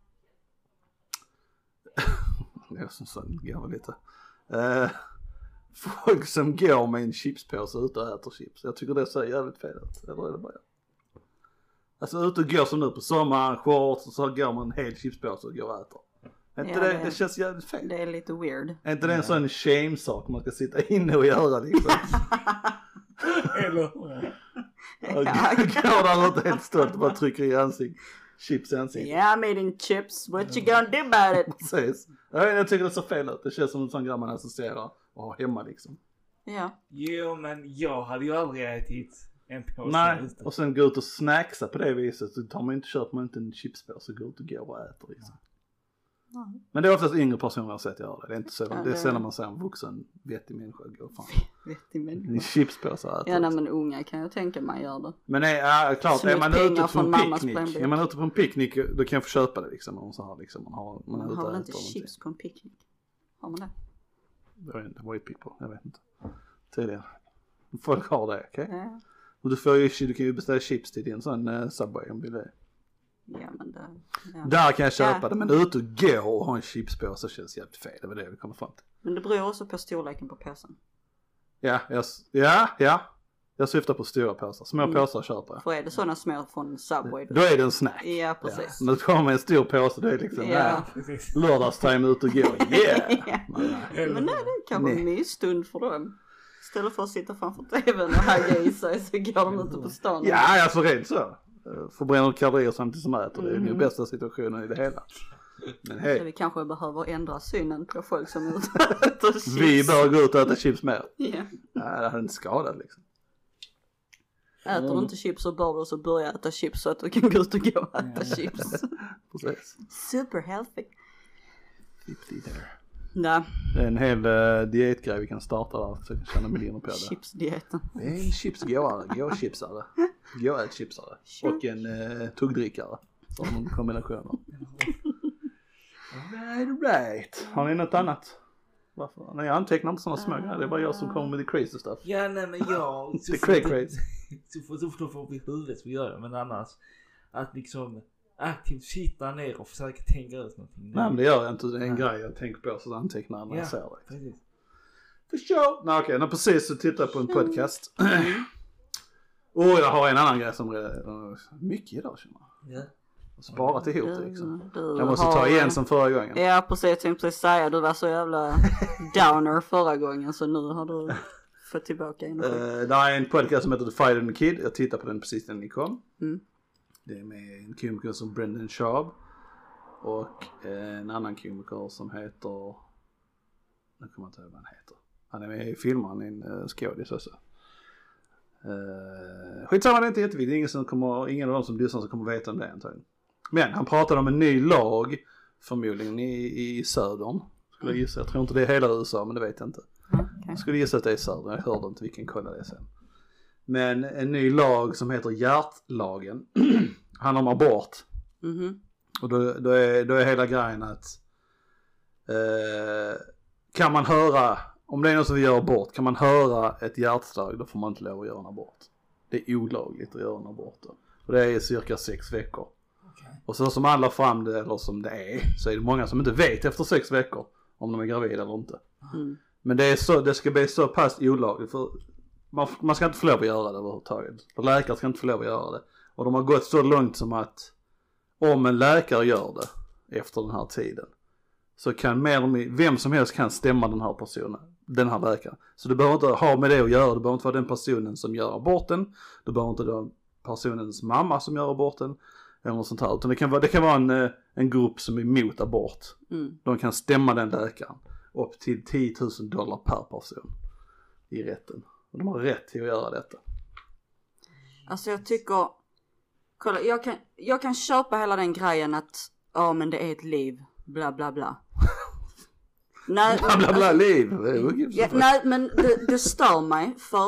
Jag som sån går lite. Uh, folk som går med en chipspåse ute och äter chips. Jag tycker det ser jävligt fel ut. Eller är det bara jag? Alltså ute och går som nu på sommaren, shorts och så går man en hel chipspåse och går och äter. Är inte Ja, det, det- det känns jävligt fel. Det är lite weird. Är inte det en sån shame-sak man ska sitta inne och göra liksom? Eller? Och går där ute helt stolt och bara trycker i ansiktet. Chips i ansiktet. Yeah, I'm eating chips. What you gonna do about it? Precis. Ja, jag tycker det ser fel ut. Det känns som en sån grej man associerar och har hemma liksom. Ja. Jo, men jag hade ju aldrig ätit en påse Nej, ute. och sen gå ut och snacksa på det viset. Så tar man inte, köper man inte en chipspåse och går ut och går och äter liksom. Nej. Men det är oftast yngre personer jag har sett göra det. Det är inte så, Ja, det är det- sällan man ser en vuxen vettig människa gå fan. Vettig En människa. chipspåse och äta. Ja, nej, liksom. men unga kan jag tänka mig gör det. Men nej, ja, klart, Smutt är man pengar ute på från en mammas picknick, plånbok. är man ute på en picknick då kan jag få köpa det liksom. Och så här, liksom man har, man är Man ute har och väl äter inte någonting. chips på en picknick? Har man det? Jag vet inte, white people, jag vet inte. Tydligen. Folk har det, okej? Okay? Ja. Och du får ju, du kan ju beställa chips till din sån uh, Subway om du vill det. Ja, men det... Ja. Där kan jag köpa Ja. det, men ut och gå och ha en chipspåse känns jävligt fel. Det var det vi kommer fram till. Men det beror också på storleken på påsen. Ja, jag, ja, ja. Jag syftar på stora påsar. Små Mm. påsar köper jag. För är det sådana små från Subway? Då är det en snack. Ja, precis. Ja. Men det kommer en stor påse, det är liksom Ja. ja. Precis. Lördagstime ut och gå. Yeah! Ja. Men, Men nej, det kan vara Nej. en mysstund för dem. Istället för att sitta framför tvn och hagga i sig så går de ute på stan. ja, alltså rent så. Eh, Förbränner kalorier samtidigt som äter. Det är den Mhm. bästa situationen i det hela. Men Så hej, vi kanske behöver ändra synen på folk som är ute och äter chips. vi bör gå ut och äta chips mer. Ja. Nej, det hade inte skadat liksom. Äter du inte chips så bör du också börja äta chips så att du kan gå ut och gå och äta chips. Precis. Super healthy. Fifty there. Nej, Det är en hel uh, dietgrej vi kan starta där så kan tjäna miljoner på det. chipsdieten. Det är en chipsgåare, gåchipsare, gåätchipsare och en uh, tuggdrickare som en kombination. Right, right. Har ni något annat? Varför? Nej, jag antecknar inte sådana små grejer. Det är bara jag som kommer med the crazy stuff. Ja, nej, men jag... The cray cray. Så får så får få mitt huvud så gör jag, men annars att liksom aktivt sitta ner och försöka tänka ut någonting. Nej, men det gör jag inte. Det är en grej jag tänker på så antecknar jag när jag Ja, ser det. precis. För sure. Nej, okej. Okay. Precis så tittar jag på en podcast. Och jag har en annan grej som är mycket idag känner jag. Ja. Sparat ihop det Du, liksom. du Jag måste har- ta igen som förra gången. Ja, precis. Jag tänkte precis säga du var så jävla downer förra gången så nu har du fått tillbaka energi. Uh, det är en podcast som heter The Fight and the Kid. Jag tittar på den precis när ni kom. Mm. Det är med en komiker som Brendan Schaub. Och en annan komiker som heter... Nu kommer jag inte ihåg vad han heter. Han är med i filmen, han är en uh, skådis också. Uh, skitsamma, det är inte jätteviktigt. Ingen, som kommer, ingen av dem som lyssnar som kommer veta om det antagligen. Men han pratade om en ny lag, förmodligen i, i södern. Skulle jag gissa. Jag tror inte det är hela U S A, men det vet jag inte. Okay. Jag skulle gissa att det är södern. Jag hörde inte, vi kan kolla det sen. Men en ny lag som heter hjärtlagen. Han om abort. Mhm. Och då, då, är, då är hela grejen att eh, kan man höra, om det är någon som vill göra abort, kan man höra ett hjärtslag, då får man inte lov att göra en abort. Det är olagligt att göra en abort då. Och det är cirka sex veckor. Okay. Och så som alla fram det, eller som det är, så är det många som inte vet efter sex veckor om de är gravida eller inte. Mm. Men det, är så, det ska bli så pass olagligt, för man, man ska inte få lov att göra det överhuvudtaget. För läkare ska inte få lov att göra det. Och de har gått så långt som att om en läkare gör det efter den här tiden, så kan mer eller mindre, vem som helst kan stämma den här personen, den här läkaren. Så du behöver inte ha med det att göra, du behöver inte vara den personen som gör aborten, du behöver inte vara personens mamma som gör aborten eller något sånt här, utan det kan vara, det kan vara en, en grupp som är emot abort. Mm. De kan stämma den läkaren upp till tio tusen dollar per person i rätten. Och de har rätt till att göra detta. Alltså jag tycker, kolla, jag kan, jag kan köpa hela den grejen att, ja men det är ett liv, bla bla bla. Nej, Bla bla bla, alltså, liv. ja, nej men det, det stör mig, för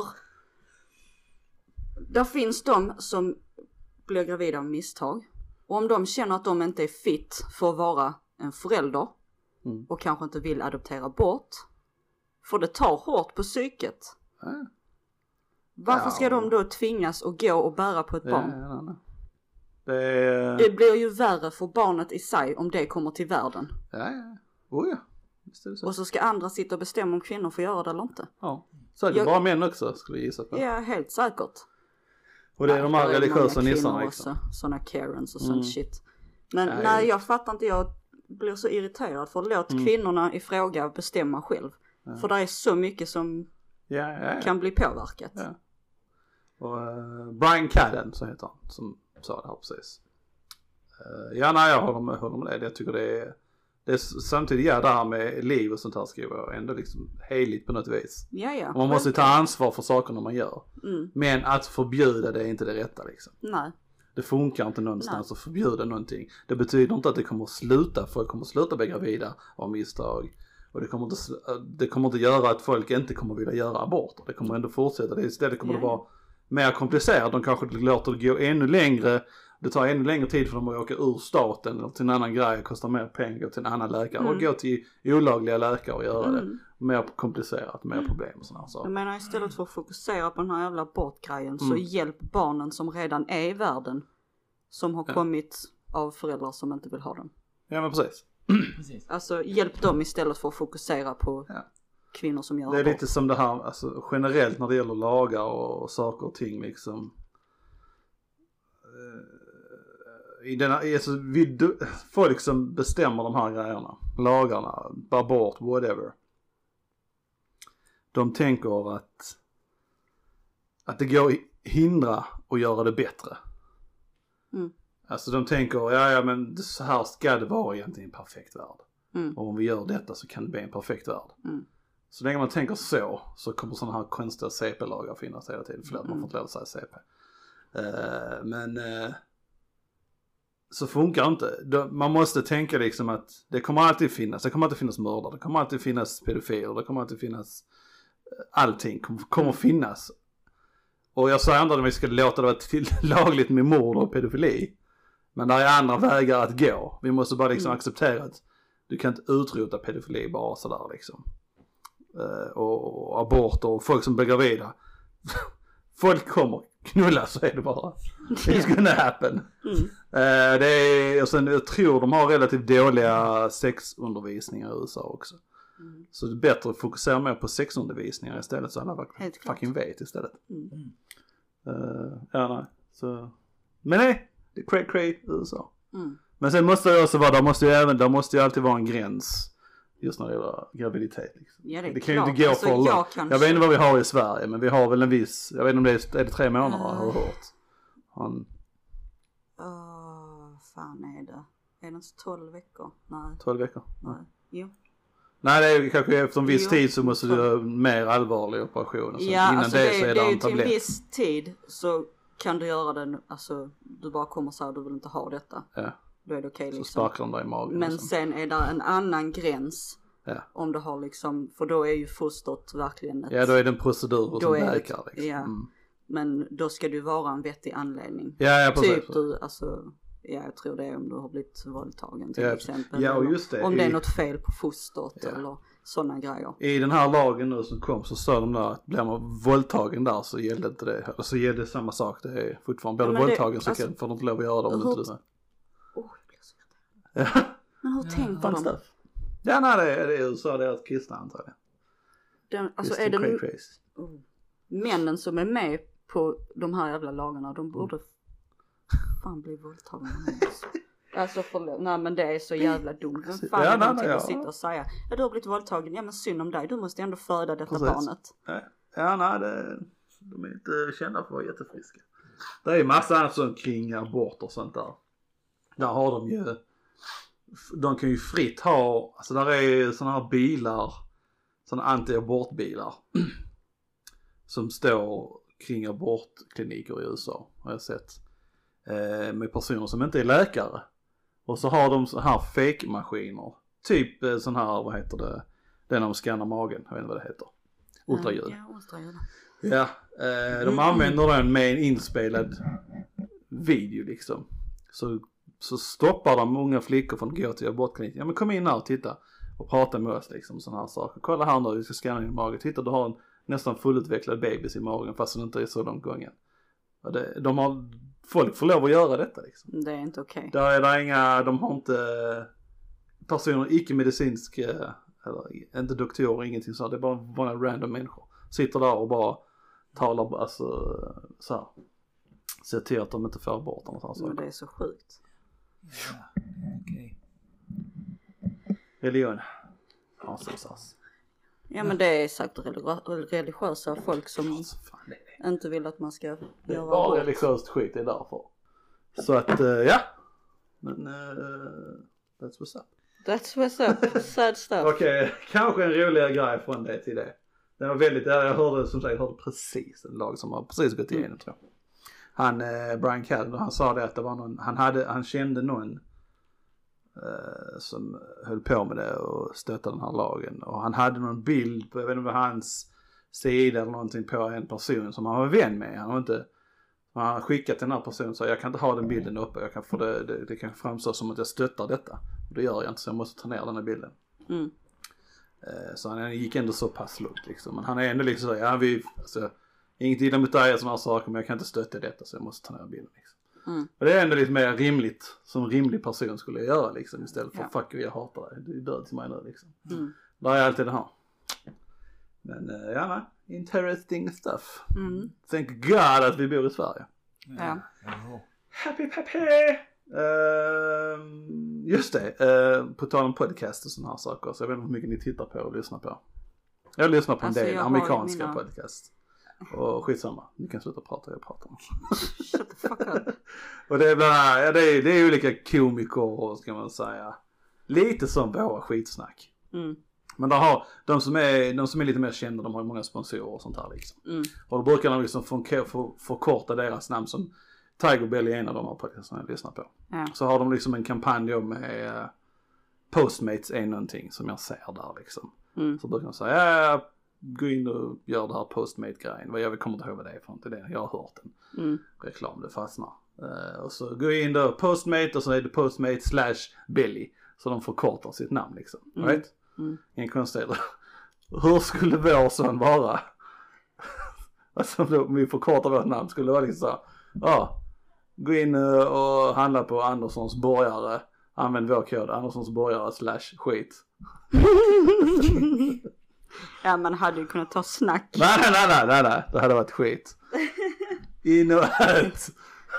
där finns de som blir gravida av misstag. Och om de känner att de inte är fit för att vara en förälder Mm. och kanske inte vill adoptera bort, för det tar hårt på psyket. Ja. Varför Ja. ska de då tvingas att gå och bära på ett Ja, barn? ja, ja. Det är... Det blir ju värre för barnet i sig om det kommer till världen. Ja, ja. Oh ja. Visst är det så. Och så ska andra sitta och bestämma om kvinnor får göra det eller inte. Ja. Så är det Jag- bara män också, skulle jag gissa på. Ja, helt säkert. Och det är de här Nej, religiösa många nissarna kvinnor liksom. också, såna Karens och sån Mm. shit. Men Nej. nej, jag fattar inte, jag blir så irriterad, för låt Mm. kvinnorna i fråga bestämma själv. Ja. För det är så mycket som Ja, ja, ja. kan bli påverkat. Ja. Och uh, Brian Cadden, så heter han, som sa det här precis. Uh, ja, nej, jag håller med, håller med det. Jag tycker det är, det är samtidigt, ja, det här med liv och sånt här ska ju vara ändå liksom heligt på något vis. Ja, ja. Och man måste ta ansvar för sakerna man gör. Mm. Men att förbjuda det är inte det rätta liksom. Nej. Det funkar inte någonstans att förbjuda någonting. Det betyder inte att det kommer att sluta. Folk kommer att sluta bli gravida av misstag. Och det kommer, inte, det kommer inte göra att folk inte kommer vilja göra aborter. Det kommer ändå fortsätta. Det istället kommer Ja. det vara mer komplicerat. De kanske låter det gå ännu längre. Det tar ännu längre tid för dem att åka ur staten eller till en annan grej. Kostar mer pengar, gå till en annan läkare. Mm. Och gå till olagliga läkare och göra det. Mm. Mer komplicerat, mer problem och sådana Jag saker. menar, istället för att fokusera på den här jävla abortgrejen, så Mm. hjälp barnen som redan är i världen. Som har Ja. kommit av föräldrar som inte vill ha den. Ja, men precis. Precis. Alltså hjälp dem istället för att fokusera på Ja. kvinnor som gör Det är abort. lite som det här, alltså generellt när det gäller lagar och, och saker och ting liksom. Eh, I denna, alltså vi, folk som bestämmer de här grejerna, lagarna, abort, whatever. De tänker att, att det går att hindra och göra det bättre. Mm. Alltså de tänker, ja ja men så här ska det vara egentligen en perfekt värld. Mm. Och om vi gör detta så kan det bli en perfekt värld. Mm. Så länge man tänker så, så kommer sådana här konstiga C P-lagar finnas hela tiden. Förlåt, man får inte lära sig C P. Uh, men uh, så funkar inte. De, man måste tänka liksom att det kommer alltid finnas. Det kommer alltid finnas mördare. Det kommer alltid finnas pedofiler. Det kommer alltid finnas uh, allting kommer, kommer finnas. Och jag säger inte att vi ska låta det vara till, lagligt med mord och pedofili. Men det är andra vägar att gå. Vi måste bara liksom Mm. acceptera att du kan inte utrota pedofili bara sådär liksom. Uh, och, och aborter och folk som blir gravida. Folk kommer knulla, så är det bara. It's gonna happen. Mm. Uh, det är, och sen, jag tror de har relativt dåliga sexundervisningar i U S A också. Mm. Så det är bättre att fokusera mer på sexundervisningar istället, så alla Helt klart. fucking vet istället. Mm. Uh, ja, nej. Så. Men nej, det är cray cray i U S A. Mm. Men sen måste det också vara, där måste ju även, där måste ju alltid vara en gräns. Just när det gäller graviditet liksom. Ja, det är Det kan klart. ju inte gå Alltså, för långt. jag Jag, kan- vet inte vad vi har i Sverige, men vi har väl en viss, jag vet inte om det är, är det tre månader, har jag hört. Han, Uh, fan är det? Är det inte tolv veckor? Nej. tolv veckor? Nej. Jo. Nej, det är kanske efter en viss Jo. tid så måste du göra mer allvarlig operation. Och så. Ja, Innan alltså det, det, så är det, det är en ju till en tablett. viss tid så kan du göra den, alltså du bara kommer så här, du vill inte ha detta. Ja. Då är det okej Så liksom. sparkar de där i magen. Men liksom. sen är det en annan gräns. Ja. Om du har liksom, för då är ju fostret verkligen ett, Ja, då är det en procedur hos Då en är det- läkare. Liksom. ja. Mm. men då ska du vara en vettig anledning. Ja, ja, precis. Typ du, alltså, ja jag tror det är om du har blivit våldtagen till Ja, exempel. ja, och eller just det. Om det är I- något fel på fostret Ja. eller sådana grejer. I den här lagen nu som kom så sa de där att blir man våldtagen där så gäller inte det. Eller så gäller det samma sak. Det är fortfarande, blir Ja, du men det- våldtagen så alltså- kan, får du inte lov att göra det om du Hur- inte du är. Åh, jag blir så irriterad. Ja, Men hur tänker de? stuff. Ja, nej, det är det är U S A, deras kristna antar jag. Den, alltså Just är the det cray nu, crazy. oh. männen som är med på de här jävla lagarna, de borde fan bli våldtagna. Alltså, alltså förlåt, nej men det är så jävla dumt. Vem fan Ja, är nej, de nej, till ja. att sitta och säga, ja du har blivit våldtagen, ja men synd om dig, du måste ändå föda detta Precis. barnet. Ja, ja nej, det, de är inte kända för att vara jättefriska. Det är ju massa annat som kring abort och sånt där. Där har de ju, de kan ju fritt ha, alltså där är såna här bilar, såna anti-abortbilar som står kring abortkliniker i U S A, har jag sett. Eh, med personer som inte är läkare. Och så har de så här fake-maskiner. Typ eh, sån här, vad heter det, den de skannar magen, jag vet inte vad det heter. Ultraljud. Ja, ultraljud. Ja, eh, de använder den med en inspelad video liksom. Så, så stoppar de många flickor från att gå till abortkliniken. Ja men kom in här och titta och prata med oss liksom, sådana här saker. Kolla här nu, vi ska scanna din mage. Titta, du har en nästan fullutvecklad bebis i magen fast den inte är så långt gången. Och det, de har, folk får lov att göra detta liksom. Det är inte okej. Där är det inga, de har inte personer, icke-medicinsk, eller inte doktorer, ingenting sånt. Det är bara vanliga random människor. Sitter där och bara talar, alltså så här. Ser till att de inte får abort och sånt. Men det är så sjukt. Ja, okej. Religion. Ja, så sas. Ja men det är sagt religi- religiösa folk som Alltså, fan, det är, inte vill att man ska det är göra bara abort. religiöst skit, det är därför. Så att, uh, ja. Men, uh, that's what's up. That's what's up, sad stuff. Okej, okay, kanske en roligare grej från det till det. Det var väldigt, jag hörde som sagt, jag hörde precis en lag som har precis gått igenom tror jag. Han, eh, Brian Callen, han sa det att det var någon, han hade, han kände någon eh, som höll på med det och stöttade den här lagen. Och han hade någon bild på, jag vet inte om det var hans sida eller någonting på en person som han var vän med. Han har inte, han har skickat den här personen och sa jag kan inte ha den bilden uppe, jag kan få det, det, det kan framstå som att jag stöttar detta. Och det gör jag inte så jag måste ta ner den här bilden. Mm. Så han gick ändå så pass långt liksom. Men han är ändå liksom så, ja vi, alltså, inget illa mot dig och sådana här saker, men jag kan inte stötta detta så jag måste ta ner bilden liksom. Mm. Och det är ändå lite mer rimligt, som en rimlig person skulle göra liksom, istället för Ja. fuck you, jag hatar dig, du är död till mig nu liksom. Mm. Där är alltid det här. Men uh, ja, nej, interesting stuff. Mm. Thank God att vi bor i Sverige. Ja. Jaha. Happy peppy! Uh, just det, uh, på tal om podcast och sådana här saker, så jag vet inte hur mycket ni tittar på och lyssnar på. Jag lyssnar på en Alltså, del jag har ju amerikanska mina- podcast. Och skitsamma, ni kan sluta prata, jag pratar. Shut the fuck up. Och det är bland annat, ja, det är, det är olika komiker och ska man säga, lite som våra skitsnack. Mm. Men där har, de som är, de som är lite mer kända, de har ju många sponsorer och sånt här liksom. Mm. Och då brukar de liksom för, för, förkorta deras namn, som Tiger Belly är en av de här podcasterna jag lyssnar på. Ja. Så har de liksom en kampanj då med uh, Postmates är någonting som jag ser där liksom. Mm. Så brukar de säga, ja, gå in och gör det här Postmate-grejen. Vad jag kommer inte ihåg vad det är för inte det. Jag har hört den. Mm. Reklam, det fastnar. Uh, och så gå in då Postmate och så är det Postmate slash Belly. Så de förkortar sitt namn liksom. Mm. Right? Mm. Ingen konstigheter. Hur skulle vår son vara? Alltså om vi förkortar vårt namn skulle det vara liksom så. Ja, gå in och handla på Anderssons borgare. Använd vår kod Anderssons borgare slash skit. Ja, man hade ju kunnat ta snack. Nej, nej, nej, nej, nej. Det hade varit skit. In och ut.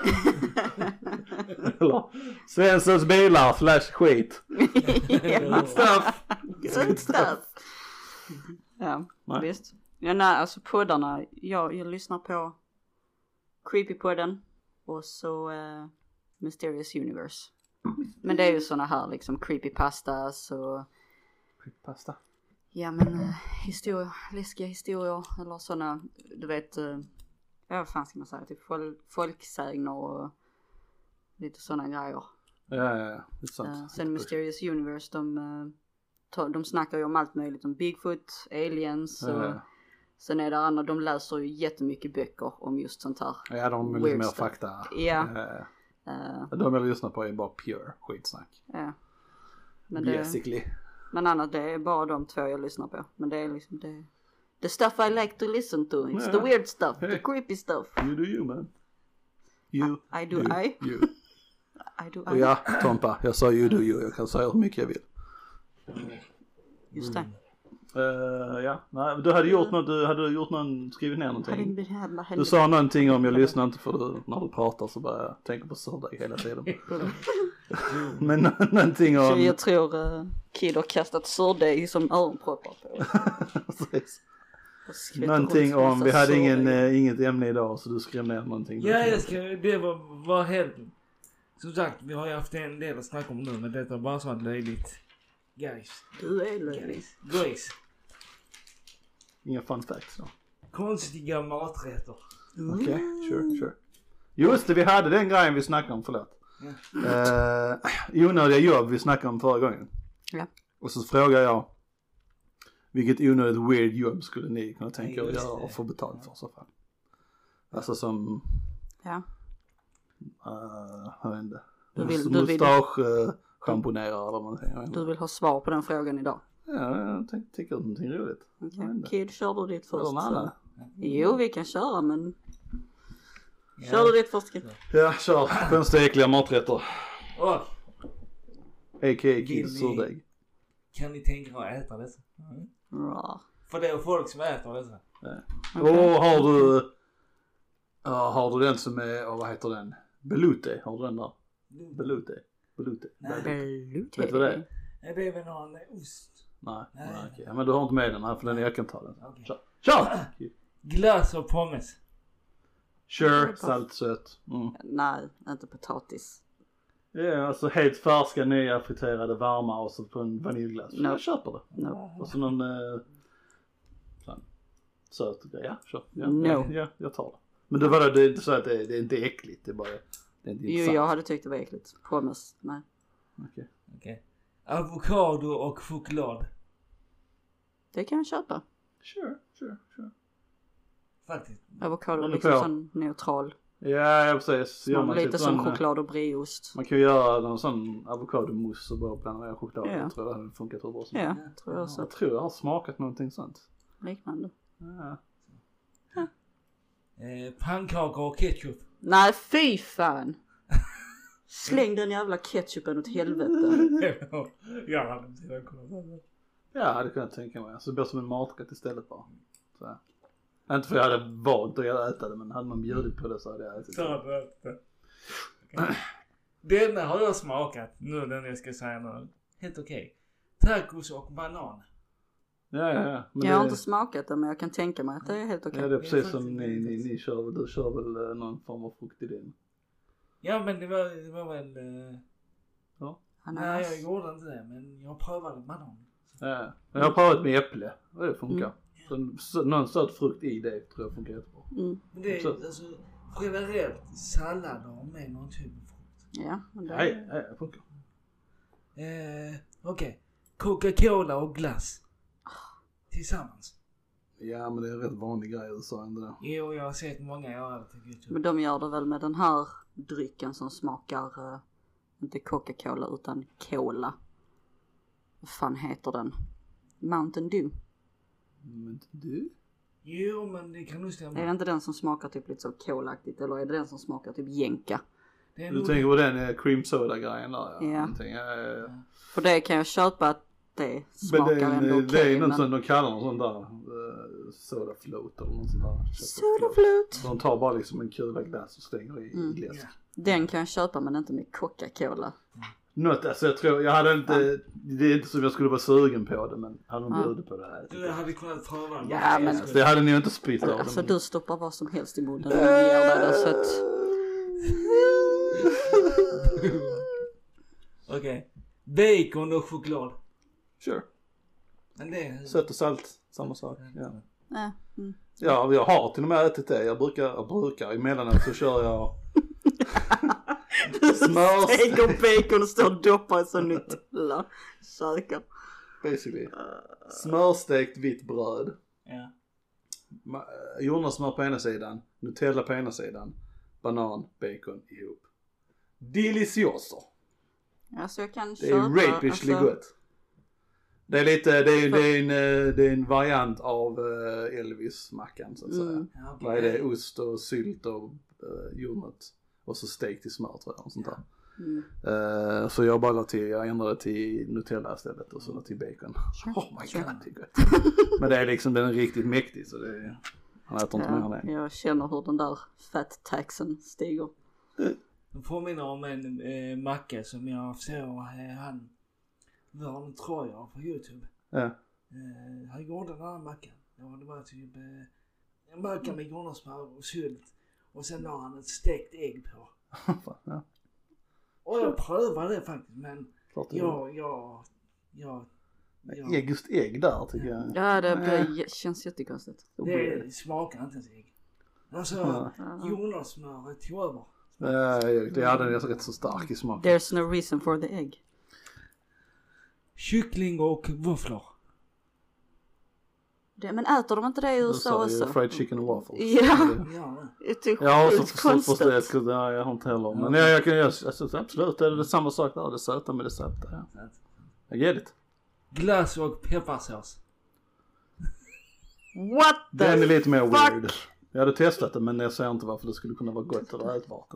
Eller Svenssons bilar slash skit. Ja. Stuff. Good stuff. Ja, Nej. visst. Ja, nej, alltså poddarna. Jag, jag lyssnar på Creepypodden. Och så eh, Mysterious Universe. Men det är ju såna här liksom creepypastas och... Creepypasta? Ja men uh, historier, läskiga historier eller såna, du vet, uh, ja vad fan ska man säga, typ fol- folksägner och lite såna grejer. Ja, ja, ja. Det är sant. Uh, sen Mysterious Universe, de, uh, to- de snackar ju om allt möjligt, om Bigfoot, aliens och... Ja, ja. Sen är det andra, de läser ju jättemycket böcker om just sånt här. Ja, de är lite weird mer stuff. fakta. Ja. Uh, Uh, de jag lyssnar på är bara pure skitsnack. ja. Men, det, Basically. men annars det är bara de två jag lyssnar på. Men det är liksom det. The stuff I like to listen to. It's Ja. the weird stuff. Hey. The creepy stuff. You do you, man. You I, I do I. You. I do Och I. ja, Tompa, jag sa you do you. Jag kan säga hur mycket jag vill. Just det. Uh, ja, nej, du hade gjort något, du hade gjort någon, skrivit ner någonting. Hade inte hemma Du sa någonting om jag lyssnar inte för du, när du pratar så bara jag tänker på surdeg hela tiden. Men någonting om... Jag tror uh, Kid har kastat surdeg som öronproppar på. Precis. Och skvätter Någonting runt om, massa vi hade surdeg. ingen, äh, inget ämne idag så du skrev ner någonting. Ja, jag ska, det var, var helt... Som sagt, vi har ju haft en del att snacka om nu, men detta är bara sånt löjligt. Guys. Du är löjlig. Guys. Inga fun facts då. Konstiga maträtter. Okej, okay, sure, sure. Just det, vi hade den grejen vi snackade om, förlåt. Ja. Uh, onödiga jobb vi snackade om förra gången. Ja. Och så frågar jag, vilket onödigt weird jobb skulle ni kunna tänka er att Just göra det. och få betalt för så fall? Alltså som, Ja. uh, jag vet inte, Du vill- du vill- mustasch, uh, schamponerare eller någonting. Jag vet inte. Du vill ha svar på den frågan idag. Ja, jag tänkte tycka ut någonting roligt. Okay. Jag vet inte. Kid, kör du ditt Eller först? någon annan. Jo, vi kan köra men... Ja. Kör du ditt först, Kid? Ja, kör. Konstiga äckliga maträtter. Och, A K A Vill Kids ni- surdeg. kan ni tänka er att äta dessa? Mm. Bra. För det är folk som äter dessa. Och har du, ja, har du den som är, oh, vad heter den? Belute, har du den där? Belute, Belute. Nej. Belute. Vet du vad det är? Ja, det är väl någon ost. Nej, Nej. nej okej. Men du har inte med den här för den jag kan ta den. Okej. Kör! Kör! Glass och pommes. Sure, salt, sött. Mm. Nej, inte potatis. Ja, alltså helt färska, nya, friterade, varma och så på en vaniljglass. No. Jag köper det. No. Och så någon eh, sån söt grej. Ja, kör. Ja, No. ja, ja, jag tar det. Men det var det, det är inte så att det, det är inte äckligt, det är bara, det är inte Jo, intressant. jag hade tyckt det var äckligt. Pommes, nej. Okej. Okej. Avokado och choklad. Det kan jag köpa. Sure, sure, sure. Faktiskt. Avokado är Men liksom på. sån neutral. Ja, ja precis. Gör Smakar man lite typ som sån, choklad och brieost. man kan ju göra någon sån avokadomousse och bara blanda med choklad. Ja. Jag tror det hade funkat hur bra som Ja, helst. tror jag också. Jag tror jag har smakat någonting sånt. Liknande. Ja. Eh, pannkakor och ketchup. Nej, fy fan! Släng den jävla ketchupen åt helvete. Jag hade inte kunnat säga det. Ja, det kan jag tänka mig. Alltså det blir som en maträtt istället bara. Så här. Inte för jag hade valt att äta det, men hade man bjudit på det så hade jag ätit Så det. hade jag inte. Okej. Denna har jag smakat. Nu den jag ska säga nu. Helt okej. Tacos och banan. Ja, ja, ja. Men Jag har det, inte smakat det men jag kan tänka mig att det är helt okej. ja, det är precis Det är som faktiskt ni, väldigt ni, gott. ni kör väl, du kör väl eh, någon form av frukt i din. Ja men det var, det var väl... Eh... Ja. Nej jag gjorde inte det men jag prövade banan. Ja. Men jag har prövat med äpple och det funkar. Mm. Så, en- så, någon söt frukt i det tror jag funkar jättebra. Mm. Men det är Absolut. alltså generellt sallader med någon typ av frukt. Ja, men det... Ja, ja, ja, det funkar. Eh, okej. Coca-Cola och glass. Tillsammans. Ja, men det är en rätt vanlig grej i U S A ändå. Jo, jag har sett många göra det tycker jag. Men de gör det väl med den här drycken som smakar, uh, inte Coca-Cola utan Cola. Vad fan heter den? Mountain Dew. Men du? Jo, men det kan nog stämma. Är det inte den som smakar typ lite så kolaktigt eller är det den som smakar typ jänka? Det är Du nog- tänker på den eh, cream soda grejen där? Ja. Ja. Någonting, ja, ja, ja. För det kan jag köpa att det Men smakar det är, ändå en, okej. det är något men... som de kallar någon sån där uh, soda float eller något sånt där. Soda float. De tar bara liksom en kula glass och stänger i Mm. läsk. Ja. Den kan jag köpa men inte med Coca-Cola. Något, alltså jag tror, jag hade inte, det är inte som jag skulle vara sugen på det men hade de Ja. bjudit på det här. Du hade kunnat pröva det. Ja, men- Alltså, det hade ni ju inte spytt av. Alltså dem. du stoppar vad som helst i munnen när du ger dig det så att... Okej. Okay. Bacon och choklad. Sure. Men det är... Sött och salt, samma sak. Ja. Äh, mm. Ja, jag har till och med ätit det. Jag brukar, jag brukar emellanåt så kör jag smör. Steker bacon och står och doppar i sån Nutella. Käkar. Basically. Smörstekt vitt bröd. Ja. Jordnötssmör på ena sidan, Nutella på ena sidan, banan, bacon ihop. Delicioso. Alltså jag kan Det är köpa. rapishly alltså... gott. Det är lite, det är, det är, en, det är en variant av Elvis-mackan så att säga. Mm. Ja, okay. Vad är det? Ost och sylt och uh, jordnöt. Och så stekt i smör tror jag. Och sånt där. Mm. Uh, så jag bara la till, jag ändrade till Nutella istället och så la till bacon. Sure. Oh my Sure. god, det är gott. Men det är liksom, den är riktigt mäktig så det är, han äter inte Ja, mer än det. jag känner hur den där fat-taxen stiger. Den påminner om en eh, macka som jag såg eh, han Vörn Trojer på YouTube. Ja. Eh, han gjorde den här mackan. Ja, det var typ eh, en macka med jordnötssmör och sylt. Och sen la han ett stekt ägg på. Ja. Och jag prövade det faktiskt men Klart det jag, jag, jag, jag, Ägg, just ägg där tycker jag. Ja, det blir, känns jättekonstigt. det smakar inte ens ägg. Alltså Ja. jordnötssmöret tog över. Ja, det hade en rätt så stark i smak. There's no reason for the egg. Kyckling och våfflor. Det, men äter de inte det i U S A Du också? sa ju fried chicken och waffles. Ja, Ja, det är Jag har också sjukt förstått konstigt. förstått det. Ja, jag har inte heller. Men jag, jag kan göra, alltså, absolut, det är det samma sak där. Det söta med det söta. Ja. Jag get it. glass och pepparsås. What the Den är lite mer fuck? weird. Jag hade testat det men jag ser inte varför det skulle kunna vara gott eller ätbart.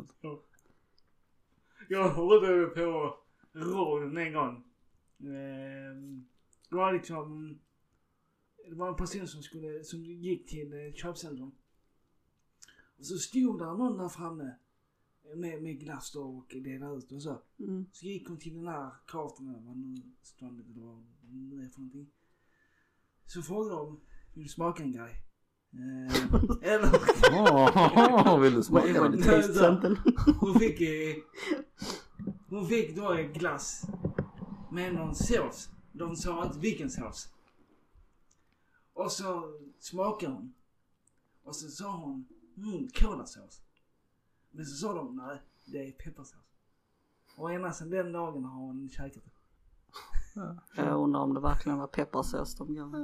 Jag hörde på radion en gång. Ehm, det var liksom det var en person som skulle som gick till eh, köpcentrum. Och så stod där någon där framme med, med glass och delade ut och så. Mm. Så gick hon till den här kartan vad nu ståndet eller vad nu är för någonting. Så frågade de, vill du smaka en grej? Eh, eller Åh, vill du smaka Var den? det taste something? hon fick eh, hon fick då en glass med någon sås. De sa inte vilken sås. Och så smakade hon. Och så sa hon, mm, kolasås. Men så sa de, nej, det är pepparsås. Och ena sedan den dagen har hon käkat det. Jag undrar om det verkligen var pepparsås de gav.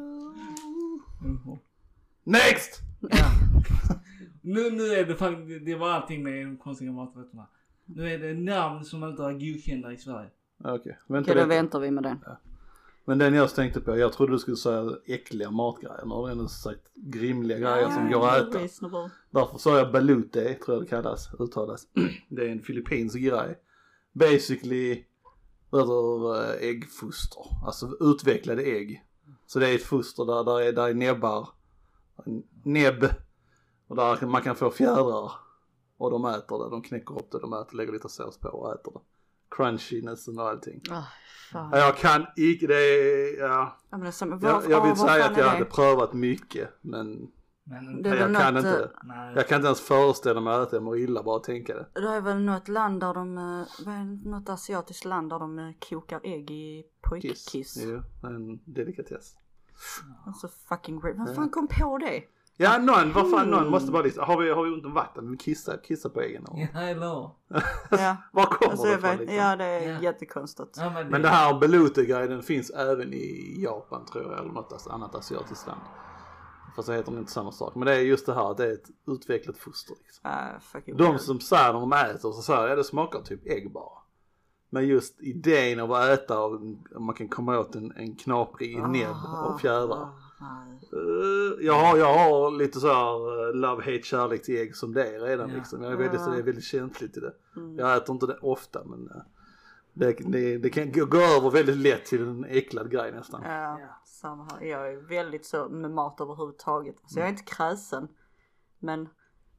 Mm. Next! Ja. nu, nu är det faktiskt, det var allting med de konstiga maträtterna. Nu är det namn som inte är godkända i Sverige. Okej, okay, vänta Okej, då lite. väntar vi med den. Ja. Men den jag tänkte på, jag trodde du skulle säga äckliga matgrejer. Nu har du ändå sagt grimliga grejer som går att äta. Reasonable. Därför sa jag balute, tror jag det kallas, uttalas. Det är en filippinsk grej. Basically, röder äggfoster. Alltså utvecklade ägg. Så det är ett foster där, där, är, där är näbbar. Näbb. Och där man kan få fjädrar. Och de äter det, de knäcker upp det, de äter, lägger lite sås på och äter det. Crunchiness och allting. Oh, fan. Jag kan inte, det är, ja. Ja, men det är som, Jag, var, jag vill oh, vad säga fan att är jag det? hade prövat mycket, men Men Det är jag väl kan något, inte. nej. Jag kan inte ens föreställa mig att jag mår illa bara att tänka det. Det är väl något land där de, eh, vad är det, något asiatiskt land där de eh, kokar ägg i pojkkiss. Jo, en delikatess. Alltså fucking great. Vem fan kom på det? Ja, någon, vad fan, någon måste bara liksom, har vi, har vi ont om vatten? Vi kissar, kissar på äggen. Ja, eller? Ja, Var kommer alltså, det jag ifrån vet, liksom? ja det är Ja. jättekonstigt. Ja, men, Men det här belutegrejen finns även i Japan tror jag, eller något annat asiatiskt land. Fast det heter inte samma sak. Men det är just det här, det är ett utvecklat foster liksom. Uh, fucking De weird. som säger när de äter så säger ja det smakar typ ägg bara. Men just idén av att äta och man kan komma åt en, en knaprig näbb och fjädrar. Ah, nej. Uh, jag, har, jag har lite så här uh, love-hate kärlek till ägg som det är redan Ja. liksom. Jag är väldigt, Ja. så det är väldigt känsligt i det. Mm. Jag äter inte det ofta men uh, det, det, det kan gå, gå över väldigt lätt till en äcklad grej nästan. Ja, Ja. samma här. Jag är väldigt så med mat överhuvudtaget. Alltså jag är inte kräsen. Men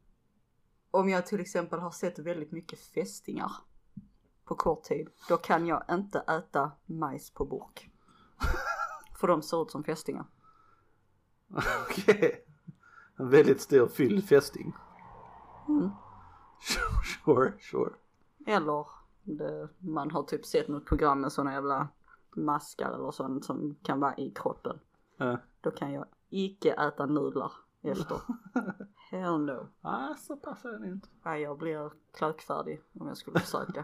om jag till exempel har sett väldigt mycket fästingar på kort tid. Då kan jag inte äta majs på burk. För de ser ut som fästingar. Okej. Okay. En väldigt stor fylld fästing. Mm. Sure, sure. Eller det, man har typ sett något program med såna jävla maskar eller sånt som kan vara i kroppen. Ja. Då kan jag icke äta nudlar efter. Hell no. Ah, så passar det inte. Nej, jag blir klökfärdig om jag skulle försöka.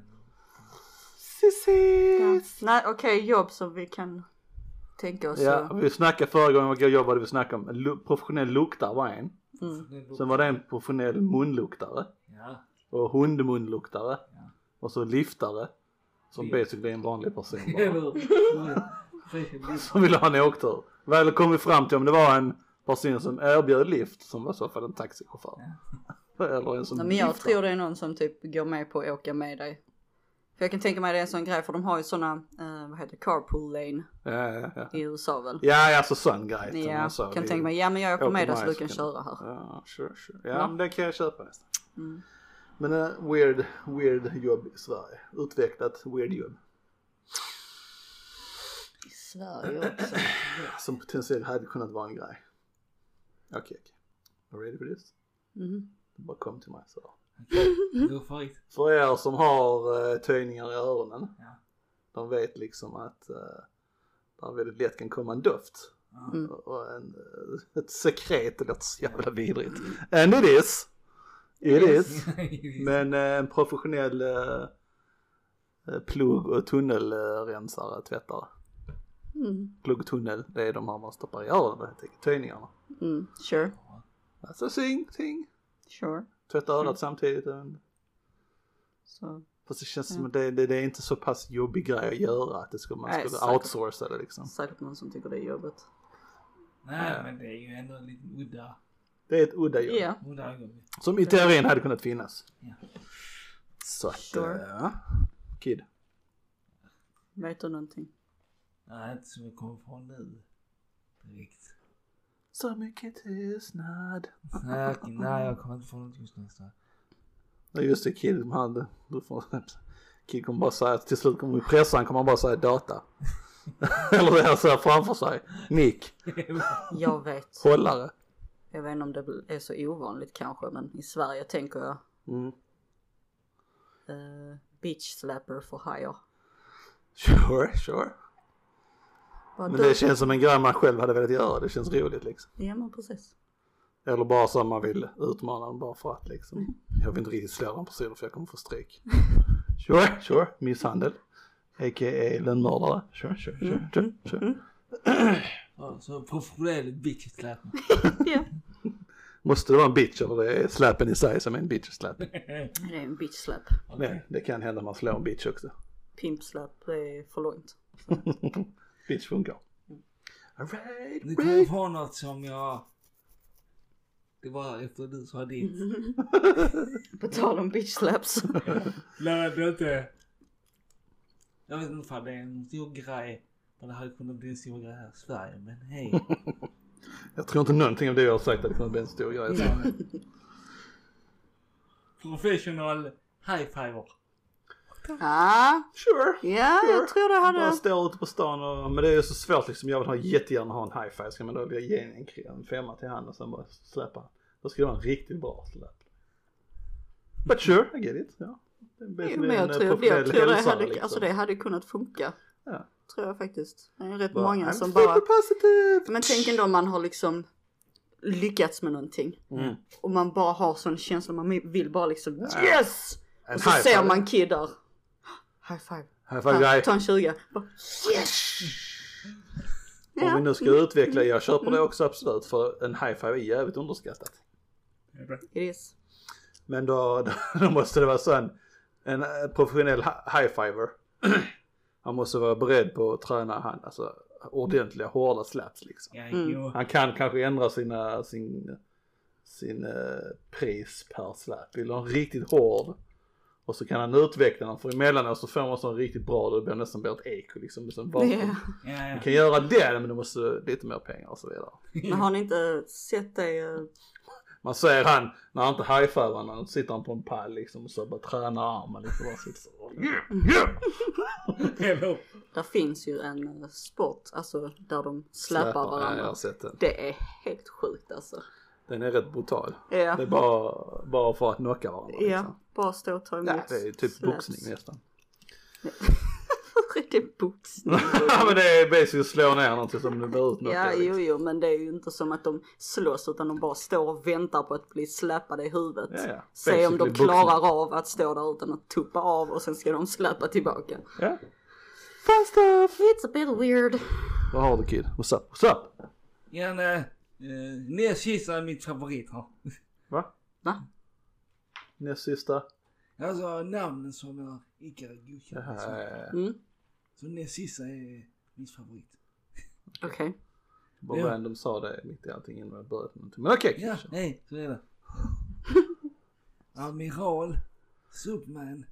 Sissi! Ja. Nej, okej, okay, jobb som vi kan tänka oss. Ja, vi snackade förra gången jag jobbade, vi snackade om lu- professionell luktare var en. Mm. Sen var det en professionell munluktare. Ja. Och hundmunluktare. Ja. Och så liftare. Som Ja. basically är en vanlig person bara. Eller Som ville ha en åktur. Väl kom vi fram till om det var en person som erbjöd lift, som var så fall en taxichaufför. Ja. Eller en som Nej, men jag liftar. tror det är någon som typ går med på att åka med dig. För jag kan tänka mig det är en sån grej, för de har ju såna, eh, vad heter det, carpool lane Ja, ja, ja. i U S A väl? Ja, alltså sån grej. som Ja, jag sa. kan Vi tänka mig, ja men jag åker åker med dig med så du så kan kan- köra här. Ja, sure, sure. Ja, Ja. men det kan jag köpa nästan. Mm. Men uh, weird, weird jobb i Sverige. Utvecklat weird jobb. I Sverige också. Som potentiellt hade kunnat vara en grej. Okej, okej. Are you ready for this? Mm. Det bara kom till mig så. Gå för it. För er som har uh, töjningar i öronen. Ja. De vet liksom att uh, där väldigt lätt kan komma en doft. Mm. Och en, uh, ett sekret, det låter så jävla vidrigt. And it is. It is. Men uh, en professionell uh, uh, plugg- och tunnelrensare, tvättare. Mm. Plugg och tunnel, det är de här man stoppar i öronen, helt enkelt. Töjningarna. Mm. Sure, Alltså sing, sing. sure. Tvätta örat samtidigt. Så. Fast det känns Ja. som att det, det, det är inte så pass jobbig grej att göra att det ska, man Nej, skulle säkert. outsourca det liksom. Säkert någon som tycker det är jobbigt. Nej, men det är ju ändå en liten udda. Det är ett udda jobb. Ja, Udda jobb. Som i teorin hade kunnat finnas. Ja. Så att, Sure. ja. Kid. vet du någonting? Nej, inte som jag kommer från nu. Direkt. Så mycket tystnad. Nej, jag- nej, jag kommer inte från något just nästa. Ja, just det, Kid som hade, du får, Kid kommer bara säga, till slut kommer vi pressa, han kommer bara säga data. Eller det här så här framför sig. Mick. Jag vet. Hållare. Jag vet inte om det är så ovanligt kanske, men i Sverige tänker jag Mm. uh, beach slapper for hire. Sure, sure. Bara Men du- det känns som en grej man själv hade velat göra, det känns roligt liksom. Ja men precis. Eller bara så man vill utmana den bara för att liksom. Jag vill inte riktigt slå den personen för jag kommer få stryk. Sure, sure. Misshandel. A K A lönnmördare. Sure, sure, sure, sure, sure. Ja, så professionell bitch slap. Ja. Måste det vara en bitch eller det är slappen i sig som är en bitch slap? Det är en bitch slap. Nej, det kan hända man slår en bitch också. Pimp slap, det är för långt. Bitch funkar. Alright, Nu kommer jag på något som jag... Det var efter du sa ditt. På tal om bitch slaps. Nej, det är inte... Jag vet inte om det är en stor grej. Men det hade kunnat bli en stor grej här i Sverige. Men hej. Jag tror inte någonting av det jag har sagt hade kunnat bli en stor grej. Ja. Professional high-fiver. Ja, Sure. ja Sure. jag tror det Bara hade... står ute på stan och, men det är ju så svårt liksom, jag vill ha jättegärna ha en high-five, ska man då ge en, en femma till han och sen bara släppa. Då ska det vara en riktigt bra släpp. But sure, I get it. Ja. Det är Jo, basically men jag en, tror, eh, jag professionell tror det hälsare, hade, liksom. alltså det hade kunnat funka. Ja. Tror jag faktiskt. Det är rätt Bara, många I'm som super bara... positive. Men tänk ändå om man har liksom lyckats med någonting. Mm. Och man bara har sån känsla, man vill bara liksom Ja. yes! En Och så high ser five. man kid där. High five. High five Här, guy. ta en tjugo. Bara, yes! Om vi nu ska utveckla, jag köper det också absolut, för en high five är jävligt underskattat. It is. Men då, då, då måste det vara så en, en eh, professionell hi- high-fiver. Han måste vara beredd på att träna han, alltså ordentliga hårda slaps liksom. Ja, Mm. jo. Han kan kanske ändra sina, sin, sin eh, pris per slap. Vill ha en riktigt hård. Och så kan han utveckla den, för emellanåt så får man så riktigt bra, då blir det nästan bara ett eko liksom. Liksom vapen. Yeah. Ja, ja. Man kan göra det, men det måste lite mer pengar och så vidare. Men har ni inte sett det? eh, Man ser han, när han inte high-fivar, när han sitter han på en pall liksom, och så bara tränar armen liksom, bara sitter så. Hello. Där finns ju en eh, sport, alltså där de släpar Ja, jag varandra. har sett den. Det är helt sjukt alltså. Den är rätt brutal. Ja. Det är bara, bara för att knocka varandra. Ja, Liksom. bara stå och ta emot. Ja, det är typ slaps. boxning nästan. Hur är det boxning? Ja, men det är basically att slå ner någonting som du blir utnockad. Ja, liksom. jo, jo, men det är ju inte som att de slåss utan de bara står och väntar på att bli släpade i huvudet. Ja, ja. Se om de Basically klarar boxning. av att stå där utan att tuppa av och sen ska de släppa tillbaka. Ja. Fun stuff! It's a bit weird. Vad har du kid? What's up? What's up? Gärna, eh, näst sista är mitt favorit här. Va? Va? Näst sista? Alltså namnen som är icke godkända. Jaha. Mm, Så näst sista är mitt favorit. okej. Bara Ja. random sa det mitt i allting innan jag började någonting. Men okej, Ja, kanske. nej, så är det. Amiral, Superman,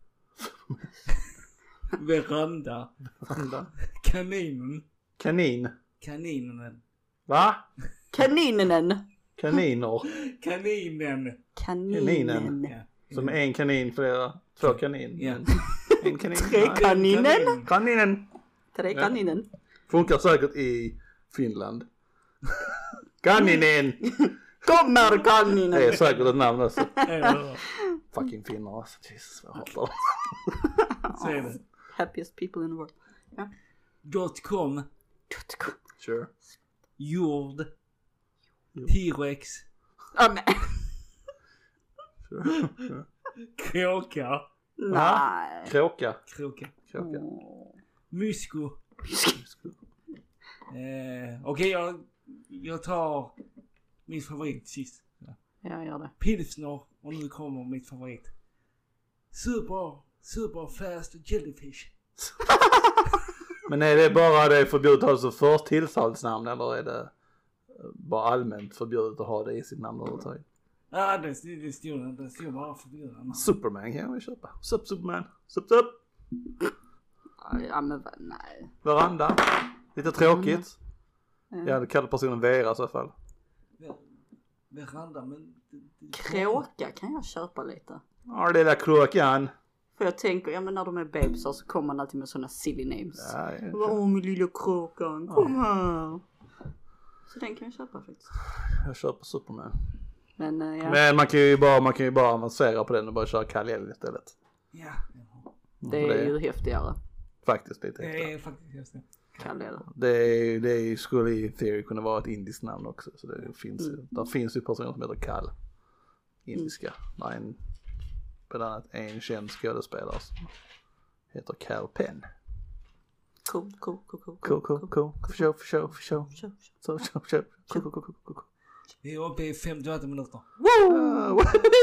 Veranda, Kaninen, Kanin. Kaninen, Va? Kanininen. Kaniner. Kaninen. Kaninen. Ja. Som en kanin flera. Två kanin. Ja. En kanin. Tre Nej. kaninen. Kaninen. Tre Ja. kaninen. Funkar säkert i Finland. Kaninen. Kommer kaninen. Det är säkert ett namn också. Ja, Fucking finnar alltså. Jesus, jag hatar dem. så är det. Happiest people in the world. Ja. Dot com, Sure. jord, Jo. T-rex, Ja, men. Sure. Sure. kråka, Nej. Kråka. kråka, Kråka. Åh. musko. Eh, Okej, jag, jag tar min favorit sist. Jag gör det. Pilsner, och nu kommer mitt favorit. Super, super fast jellyfish. Men är det bara det förbjudet alltså för tilltalsnamn eller är det bara allmänt förbjudet att ha det i sitt namn överhuvudtaget? Ja, det, det stod det stod bara förbjuden. Superman kan vi köpa. Sup Superman. Sup sup. Ja, men vad- nej. Veranda. Lite tråkigt. Ja. Jag hade kallat personen Vera i så fall. Veranda, men... det- det- Kråka kan jag köpa lite. Ja, lilla kråkan. För jag tänker, ja men när de är babes så kommer man alltid med sådana silly names. Ja, ja. Åh min lilla kråkan, kom här. Så den kan jag köpa faktiskt. Jag köper Superman. Men uh, ja, Men man kan ju bara, man kan ju bara avancera på den och bara köra Kal-El istället. Ja, det är ju häftigare. Faktiskt lite det extra. är faktiskt just det. Kall-El. Det, är, det är, skulle i theory kunna vara ett indiskt namn också. Så det finns ju, Mm. där finns ju personer som heter Kal. Indiska. Det är en, bland annat en känd skådespelare som heter Kal Penn. Cool, cool, cool, cool, Cool, cool, cool. För show, för show, för show. Kör, kör. Så, så, så. Cool, cool, cool, cool, cool. Vi är uppe i femtioåtta minuter. Ah,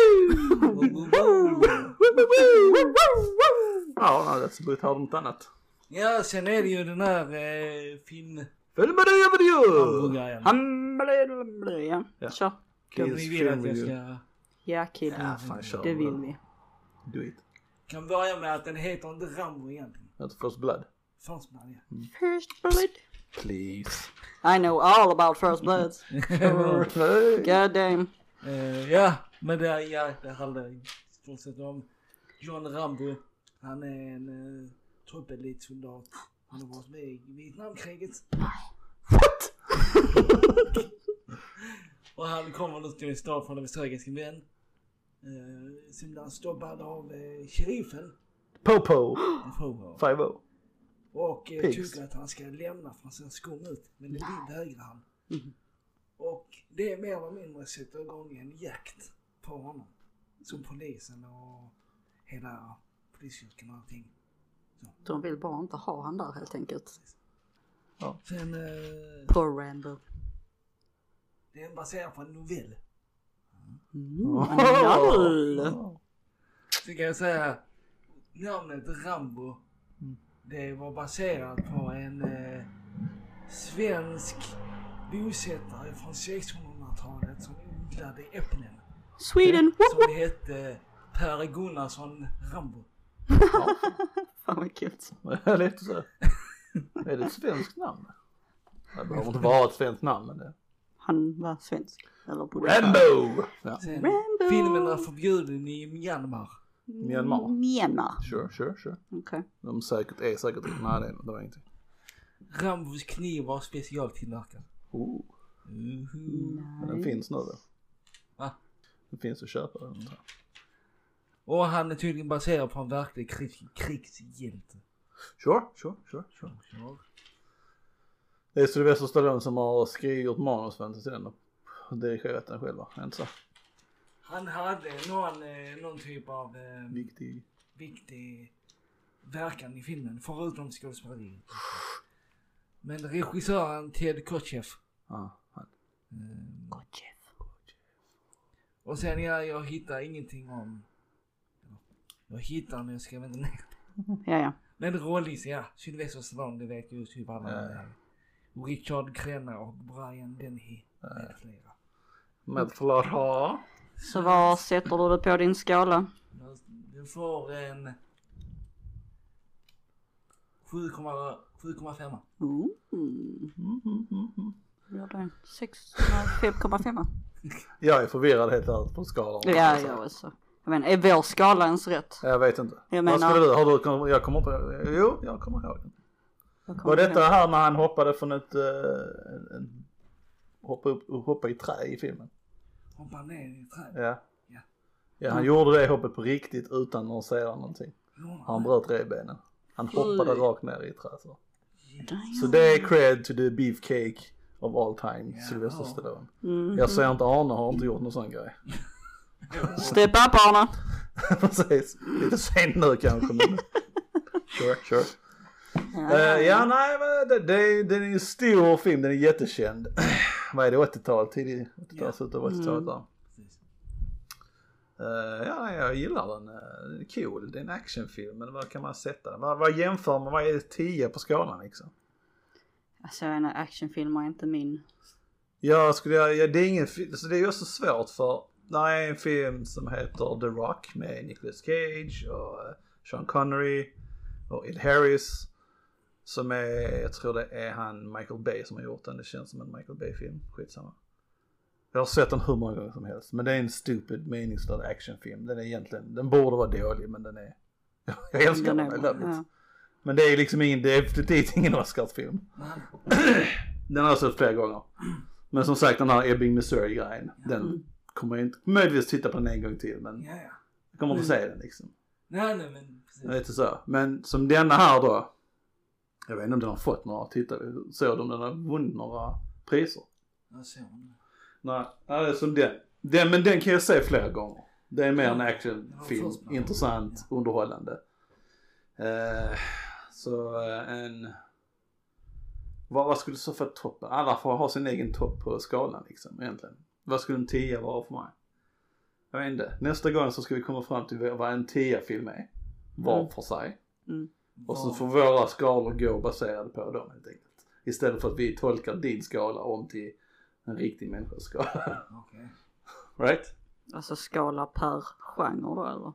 Ja, no, that's about how något annat. Ja, sen är det ju den här eh, film... Följ med dig över det! Grejen. Hamblä, ja. Ja. Kör. Kan Kids vi vill att film jag review. ska... Ja kid, Ja, fan, kör det med vill det. vi. Do it. Kan börja med att den heter inte Rambo egentligen. Not first blood. Först med det. First blood. Please. I know all about first bloods. God damn. Eh, ja, men det, ja, det handlar i stort sett om John Rambo. Han är en uh, truppelitsoldat. Han har varit med i Vietnamkriget. What? Och han kommer nu till en stad från en besökersk vän. Uh, sen blir han stoppad av uh, sheriffen. Popo. five oh. Och uh, Pigs. tycker att han ska lämna från sin skum ut. Men det vill vägrar han. Mm. Och det är mer eller mindre sätter igång en jakt på honom. Som polisen och hela polisstyrkan och allting. De vill bara inte ha han där helt enkelt. Sen, uh, Poor Rambo. det är baserat på en novell. Mm, noll. Så kan jag säga, namnet Rambo, det var baserat på en eh, svensk bosättare från sexhundratalet som odlade äpplen. Sweden. Som hette Per Gunnarsson Rambo. Fan vad kul. Jag lite så. Är det ett svenskt namn? Det behöver inte vara ett svenskt namn, men det... Han var svensk. Eller bodde Rambo! Ja. Sen, Rambo. filmen är förbjuden i Myanmar. Myanmar. Myanmar. Sure, sure, sure. Okej. De säkert är säkert inte. Nej, det, det var ingenting. Rambos kniv var specialtillverkad. Oh, Uh-huh. men den finns nu då. Det finns att köpa. Och han är tydligen baserad på en verklig krig, krigshjälte. Sure, sure, sure, sure. sure. Det är Sylvester Stallone som har skrivit manusväntet till den och dirigerat den själva, inte så. Han hade någon, eh, någon typ av eh, Viktig. viktig verkan i filmen, förutom skådespeleriet. Men regissören Ted Kotcheff. Ja, han. Mm. Kotcheff. Och sen ja, jag hittar ingenting om... Jag hittar när jag skrev inte ner. Ja, ja. Men rollis, ja. Sylvester Stallone, det vet ju typ alla. Ja. Det är. Och Richard Crenna och Brian Dennehy med flera. Med flera. Så vad sätter du på din skala? Du får en sju komma fem. Mm. Mm, mm, mm, mm. Gör det fem komma fem. Jag är förvirrad helt ärligt på skalan. Ja, jag också. Jag menar, är vår skala ens rätt? Jag vet inte. Jag Vad menar- skulle du? Har du kom, jag kommer på. Jo, jag kommer ihåg den. Jag kommer Var detta ihåg. här när han hoppade från ett uh, en, en, hoppa upp hoppa i trä i filmen? Hoppa ner i trädet. Ja. Ja. Ja, han gjorde det hoppet på riktigt utan att säga någonting. Jo, Han bröt revbenen. Han hoppade Oj. rakt ner i trä så. Damn. Så det är cred to the beefcake of all time, Ja. Sylvester Stallone. Mm. Jag säger inte Arne har inte gjort någon sån grej. Step up, Arne. Precis. Lite sent nu kanske men. Sure, sure. Ja, Uh, ja, nej, men det, det, det är en stor film, den är jättekänd. Vad är det, åttiotal, tidig åttiotal, Ja. slutet av åttiotalet där. Precis. Uh, ja, nej, jag gillar den. Uh, den är cool, det är en actionfilm, men vad kan man sätta den? Vad, vad jämför man, vad är det tio på skalan liksom? Alltså en actionfilm är inte min. Ja, skulle jag, ja, det är ingen film, så det är ju också svårt för när det är en film som heter The Rock med Nicolas Cage och uh, Sean Connery och Ed Harris. Som är, jag tror det är han Michael Bay som har gjort den. Det känns som en Michael Bay-film. Skitsamma. Jag har sett den hur många gånger som helst. Men det är en stupid, meningslös actionfilm. Den är egentligen, den borde vara dålig men den är, jag älskar den, är I bra, love it. ja. Men det är liksom ingen, det är definitivt ingen Oscarsfilm. Den har jag sett flera gånger. Men som sagt den här Ebbing Missouri-grejen. Den kommer jag inte, möjligtvis titta på den en gång till. Men Ja, ja. jag kommer inte se den liksom. Nej, nej, men precis. Jag vet inte så. Men som denna här då. Jag vet inte om den har fått några, titta, såg de den har vunnit några priser? Jag såg den. Nej, det är som den. den. Men den kan jag se flera gånger. Det är mer en Ja, actionfilm, först bara. intressant, Ja. underhållande. Eh, så eh, en... Vad, vad skulle så för toppen? Alla får ha sin egen topp på skalan liksom egentligen. Vad skulle en tia vara för mig? Jag vet inte. Nästa gång så ska vi komma fram till vad en tia-film är. Var Mm. för sig. Mm. Och så får våra skalor gå baserade på dem helt enkelt. Istället för att vi tolkar din skala om till en riktig människas skala. Okej. Right? Alltså skala per genre då eller?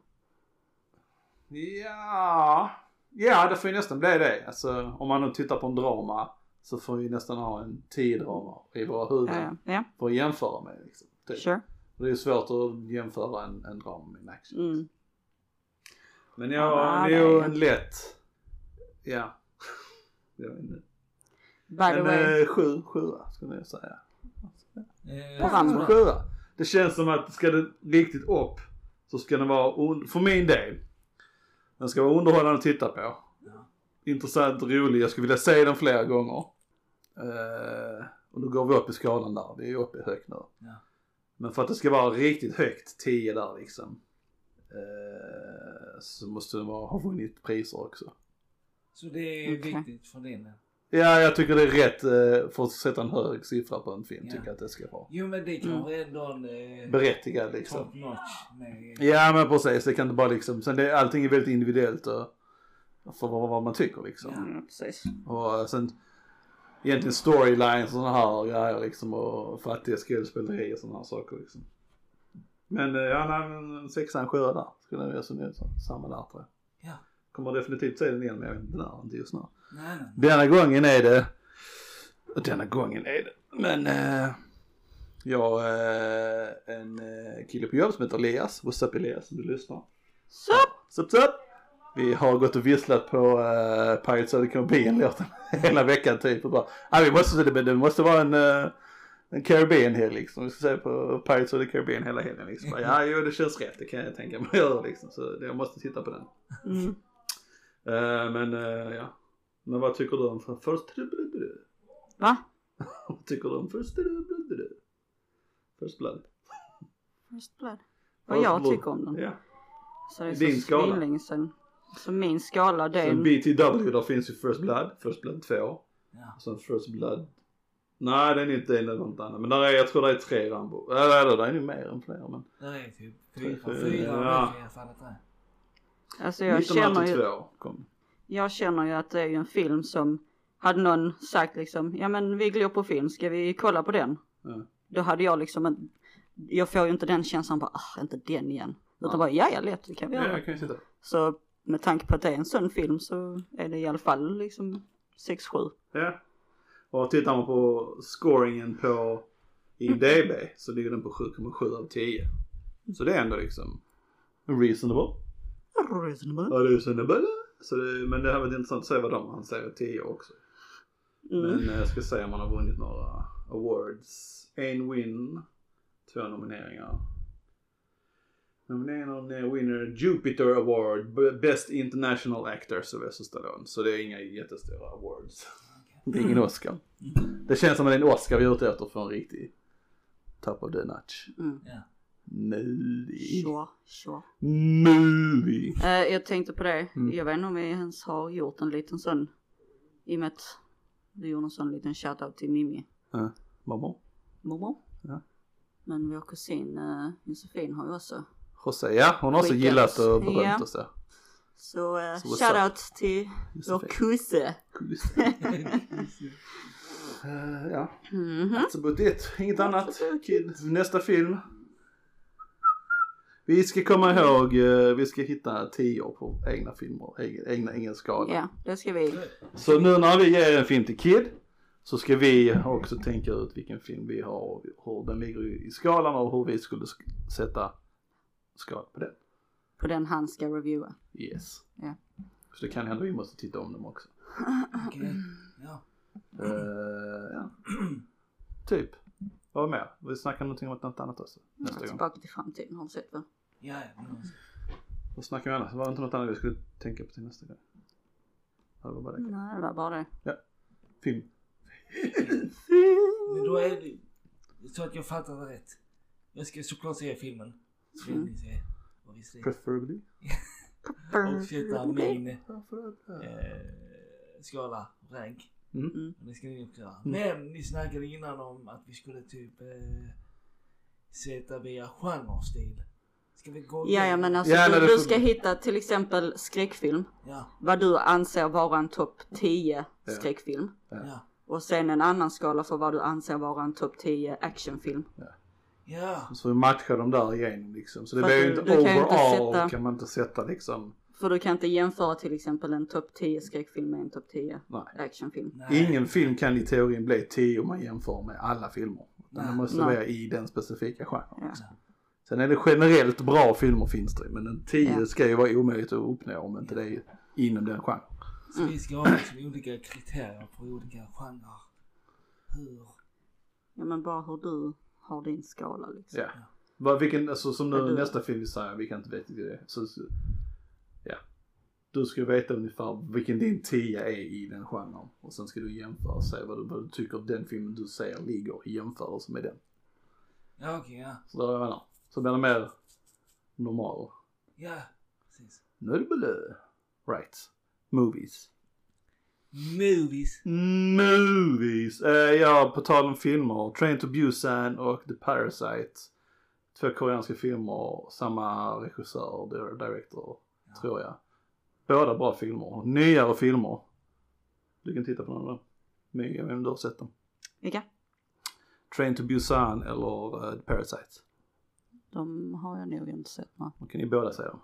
Ja, ja det får ju nästan bli det. Alltså om man nu tittar på en drama så får vi nästan ha en tio drama i våra huvuden. Ja, ja. För att jämföra med liksom. Typ. Sure. Det är ju svårt att jämföra en, en drama med en action. Mm. Men Ja, ja, det det är ju är- en lätt. Ja. Jag vet inte. By the En way. eh, sju, sjua skulle jag säga. Eh, På varandra. En sjua. Det känns som att ska det riktigt upp så ska den vara, un- för min del, den ska vara underhållande att titta på. Ja. Intressant och rolig. Jag skulle vilja se den flera gånger. Uh, och då går vi upp i skalan där. Vi är uppe högt nu. Ja. Men för att det ska vara riktigt högt, tio där liksom. Uh, så måste den vara, ha vunnit priser också. Så det är Okej. viktigt för din del. Ja, jag tycker det är rätt uh, för att sätta en hög siffra på en film. Ja. Tycker jag att det ska vara Jo, men det kan vara ändå en eh, berättigad liksom. top notch med... Ja men precis, det kan inte bara liksom, sen det, allting är väldigt individuellt och för vad, vad man tycker liksom. Ja. Ja, precis. Och eh, sen egentligen storylines och sådana här grejer liksom och fattiga skådespeleri och sådana här saker liksom. Men eh, ja, nej men en sexa, en sjua där skulle jag resonera så, samma där tror jag. Ja. Kommer definitivt se den igen men jag vet inte när, inte just nu. Nej, nej. Denna gången är det, och denna gången är det, men eh, jag eh, en eh, kille på jobb som heter Elias, what's up Elias om du lyssnar? Sup! Sup sup! Vi har gått och visslat på uh, Pirates of the Caribbean-låten hela veckan typ och bara, ah, vi måste, det, det måste vara en, uh, en Caribbean-helg liksom. Vi ska säga på Pirates of the Caribbean hela helgen liksom. Bara, ja, jo, det känns rätt. Det kan jag tänka mig att göra liksom. Så det, jag måste titta på den. Mm. Uh, men uh, ja. Men vad tycker du om för först? Va? Vad tycker du om först? First Blood. First Blood. Vad jag Blood. tycker om den. Ja. Så det är Din så skala. svinlänge sedan. Så min skala det är Så en... B T W där finns ju First Blood. First Blood två. Ja. Och sen First Blood. Nej, den är inte en eller något annat. Men där är, jag tror det är tre Rambo. Eller det är nog mer än flera. Men... Det är typ fyra, Fyra, fyra ja. vet i alla fall att det är. Alltså jag känner ju... nittonhundraåttiotvå kom. Jag känner ju att det är ju en film som... Hade någon sagt liksom, ja men vi glor på film, ska vi kolla på den? Ja. Då hade jag liksom en... Jag får ju inte den känslan bara, ah, inte den igen. Utan Ja. bara, ja ja lätt, det kan vi Ja, göra. jag kan ju sitta. Så med tanke på att det är en sån film så är det i alla fall liksom sex sju. Ja. Och tittar man på scoringen på I M D B så ligger den på sju komma sju av tio. Så det är ändå liksom reasonable. Reasonable. Ja, det är reasonable. Så det, men det har varit intressant att se vad de, han säger tio också. Mm. Men jag ska säga om han har vunnit några awards. En win, två nomineringar. Nomineringen winner Jupiter Award, Best International Actor, Sylvester Stallone. Så det är inga jättestora awards. Det är ingen Oscar. Det känns som att det är en Oscar vi är ute efter för en riktig top of the notch. Mm. Ja. Movie. Sure, sure. Movie. Uh, jag tänkte på det. Mm. Jag vet inte om vi ens har gjort en liten sån. I och med att vi gjorde en sån liten shoutout till Mimmi. Ja, mamma. Momo. Ja. Men vår kusin uh, Josefin har ju också. Jose, ja, hon har också Skickat. gillat och berömt Ja. oss där. Så, uh, Så what's shoutout till vår Josefin. kusse. Uh, ja, Mhm. that's about it. Inget annat. about Kid. Nästa film. Vi ska komma ihåg, uh, vi ska hitta tio på egna filmer, egna, egna egen skala. Ja, det ska vi. Så nu när vi ger en film till Kid så ska vi också tänka ut vilken film vi har och hur den ligger i skalan och hur vi skulle sk- sätta skalan på den. På den han ska reviewa. Yes. Ja. Så det kan hända vi måste titta om dem också. Okej. Ja. Uh, ja. Typ. Vad mer? Vi snackar någonting om något annat också nästa gång. Tillbaka till framtiden, har du sett va? Ja, ja. men alltså. Vad snackar vi annars? Var det inte något annat vi skulle tänka på till nästa gång? Ja, det var bara det. Nej, det var bara det. Ja. Film. Men då är det så att jag fattar det rätt. Jag ska såklart se filmen. Så vill ni se vad vi ser. Preferably. Och sätta min eh, skala, rank. Mm. Mm. Det ska ni också göra. Men ni snackade innan om att vi skulle typ eh, sätta via genrestil. Ska vi gå Ja, ja men alltså Ja, du, nej, det du får- ska hitta till exempel skräckfilm. Ja, Vad du anser vara en topp tio Ja. skräckfilm. ja, Och sen en annan skala för vad du anser vara en topp tio actionfilm. ja. Så vi matchar dem där igenom liksom. Så det För blir ju att inte du- du kan ju inte overall sätta- kan man inte sätta liksom. För du kan inte jämföra till exempel en topp tio skräckfilm med en topp tio Nej. actionfilm. Nej. Ingen film kan i teorin bli tio om man jämför med alla filmer. Utan det måste Nej. vara i den specifika genren. Ja. Sen är det generellt bra filmer finns det. Men en tio Ja. ska ju vara omöjligt att uppnå om inte det är inom den genren. Så vi ska ha liksom olika kriterier på olika genrer. Hur? Ja men bara hur du har din skala liksom. Ja. Vad, vilken, alltså, som nu Men du- nästa film vi säger, vi kan inte veta det. Så, så, ja. Du ska veta ungefär vilken din tia är i den genren. Och sen ska du jämföra och säga vad du, vad du tycker den filmen du ser ligger i jämförelse med den. Ja, okej, ja. Så då, jag menar, så blir det mer normal. Ja, precis. Nördbelö. Right. Movies. Movies. Movies. Eh, ja, på tal om filmer. Train to Busan och The Parasite. Två koreanska filmer. Samma regissör, dir- director, Ja. tror jag. Båda bra filmer. Nyare filmer. Du kan titta på någon av dem. Men jag vet inte om du har sett dem. Vilka? Train to Busan eller uh, The Parasite. De har jag nog inte sett. Nej. Då kan ni båda säga dem.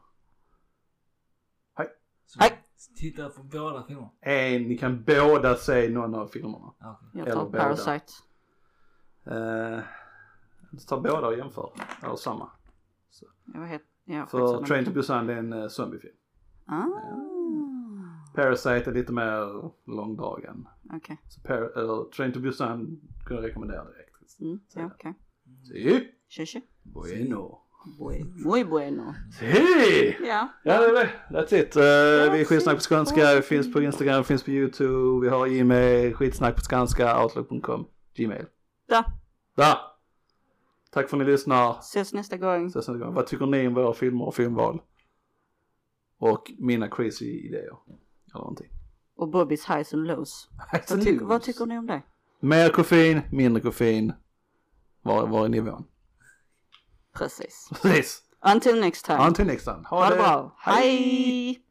Så Hej. titta på båda filmer. En, ni kan båda se någon av filmerna. Ja, okej. Jag Eller tar båda. Parasite. Eh, ta båda och jämför. Eller samma. Jag vet. Jag För Train to Busan det är en uh, zombiefilm. Ah. Parasite är lite mer långdragen. Okej. Så par- eller, Train to Busan kan jag rekommendera direkt. Mm, ja, okej. Si. Tjej, tjej. Bueno. Muy bueno. Si. Ja. Ja, det är det. That's it. Uh, vi är skitsnack på skånska. Vi finns på Instagram, finns på YouTube. Vi har e-mail, skitsnack på skånska, outlook punkt com, gmail. Där. Där. Tack för att ni lyssnar. Ses nästa gång. Ses nästa gång. Vad tycker ni om våra filmer och filmval? Och mina crazy idéer. Eller någonting. Och Bobbys highs and lows. Highs Vad, and ty- lows. vad tycker ni om det? Mer koffein, mindre koffein. Var, var är nivån? Precis. Precis. Until next time. Until next time. Ha det bra. Hej!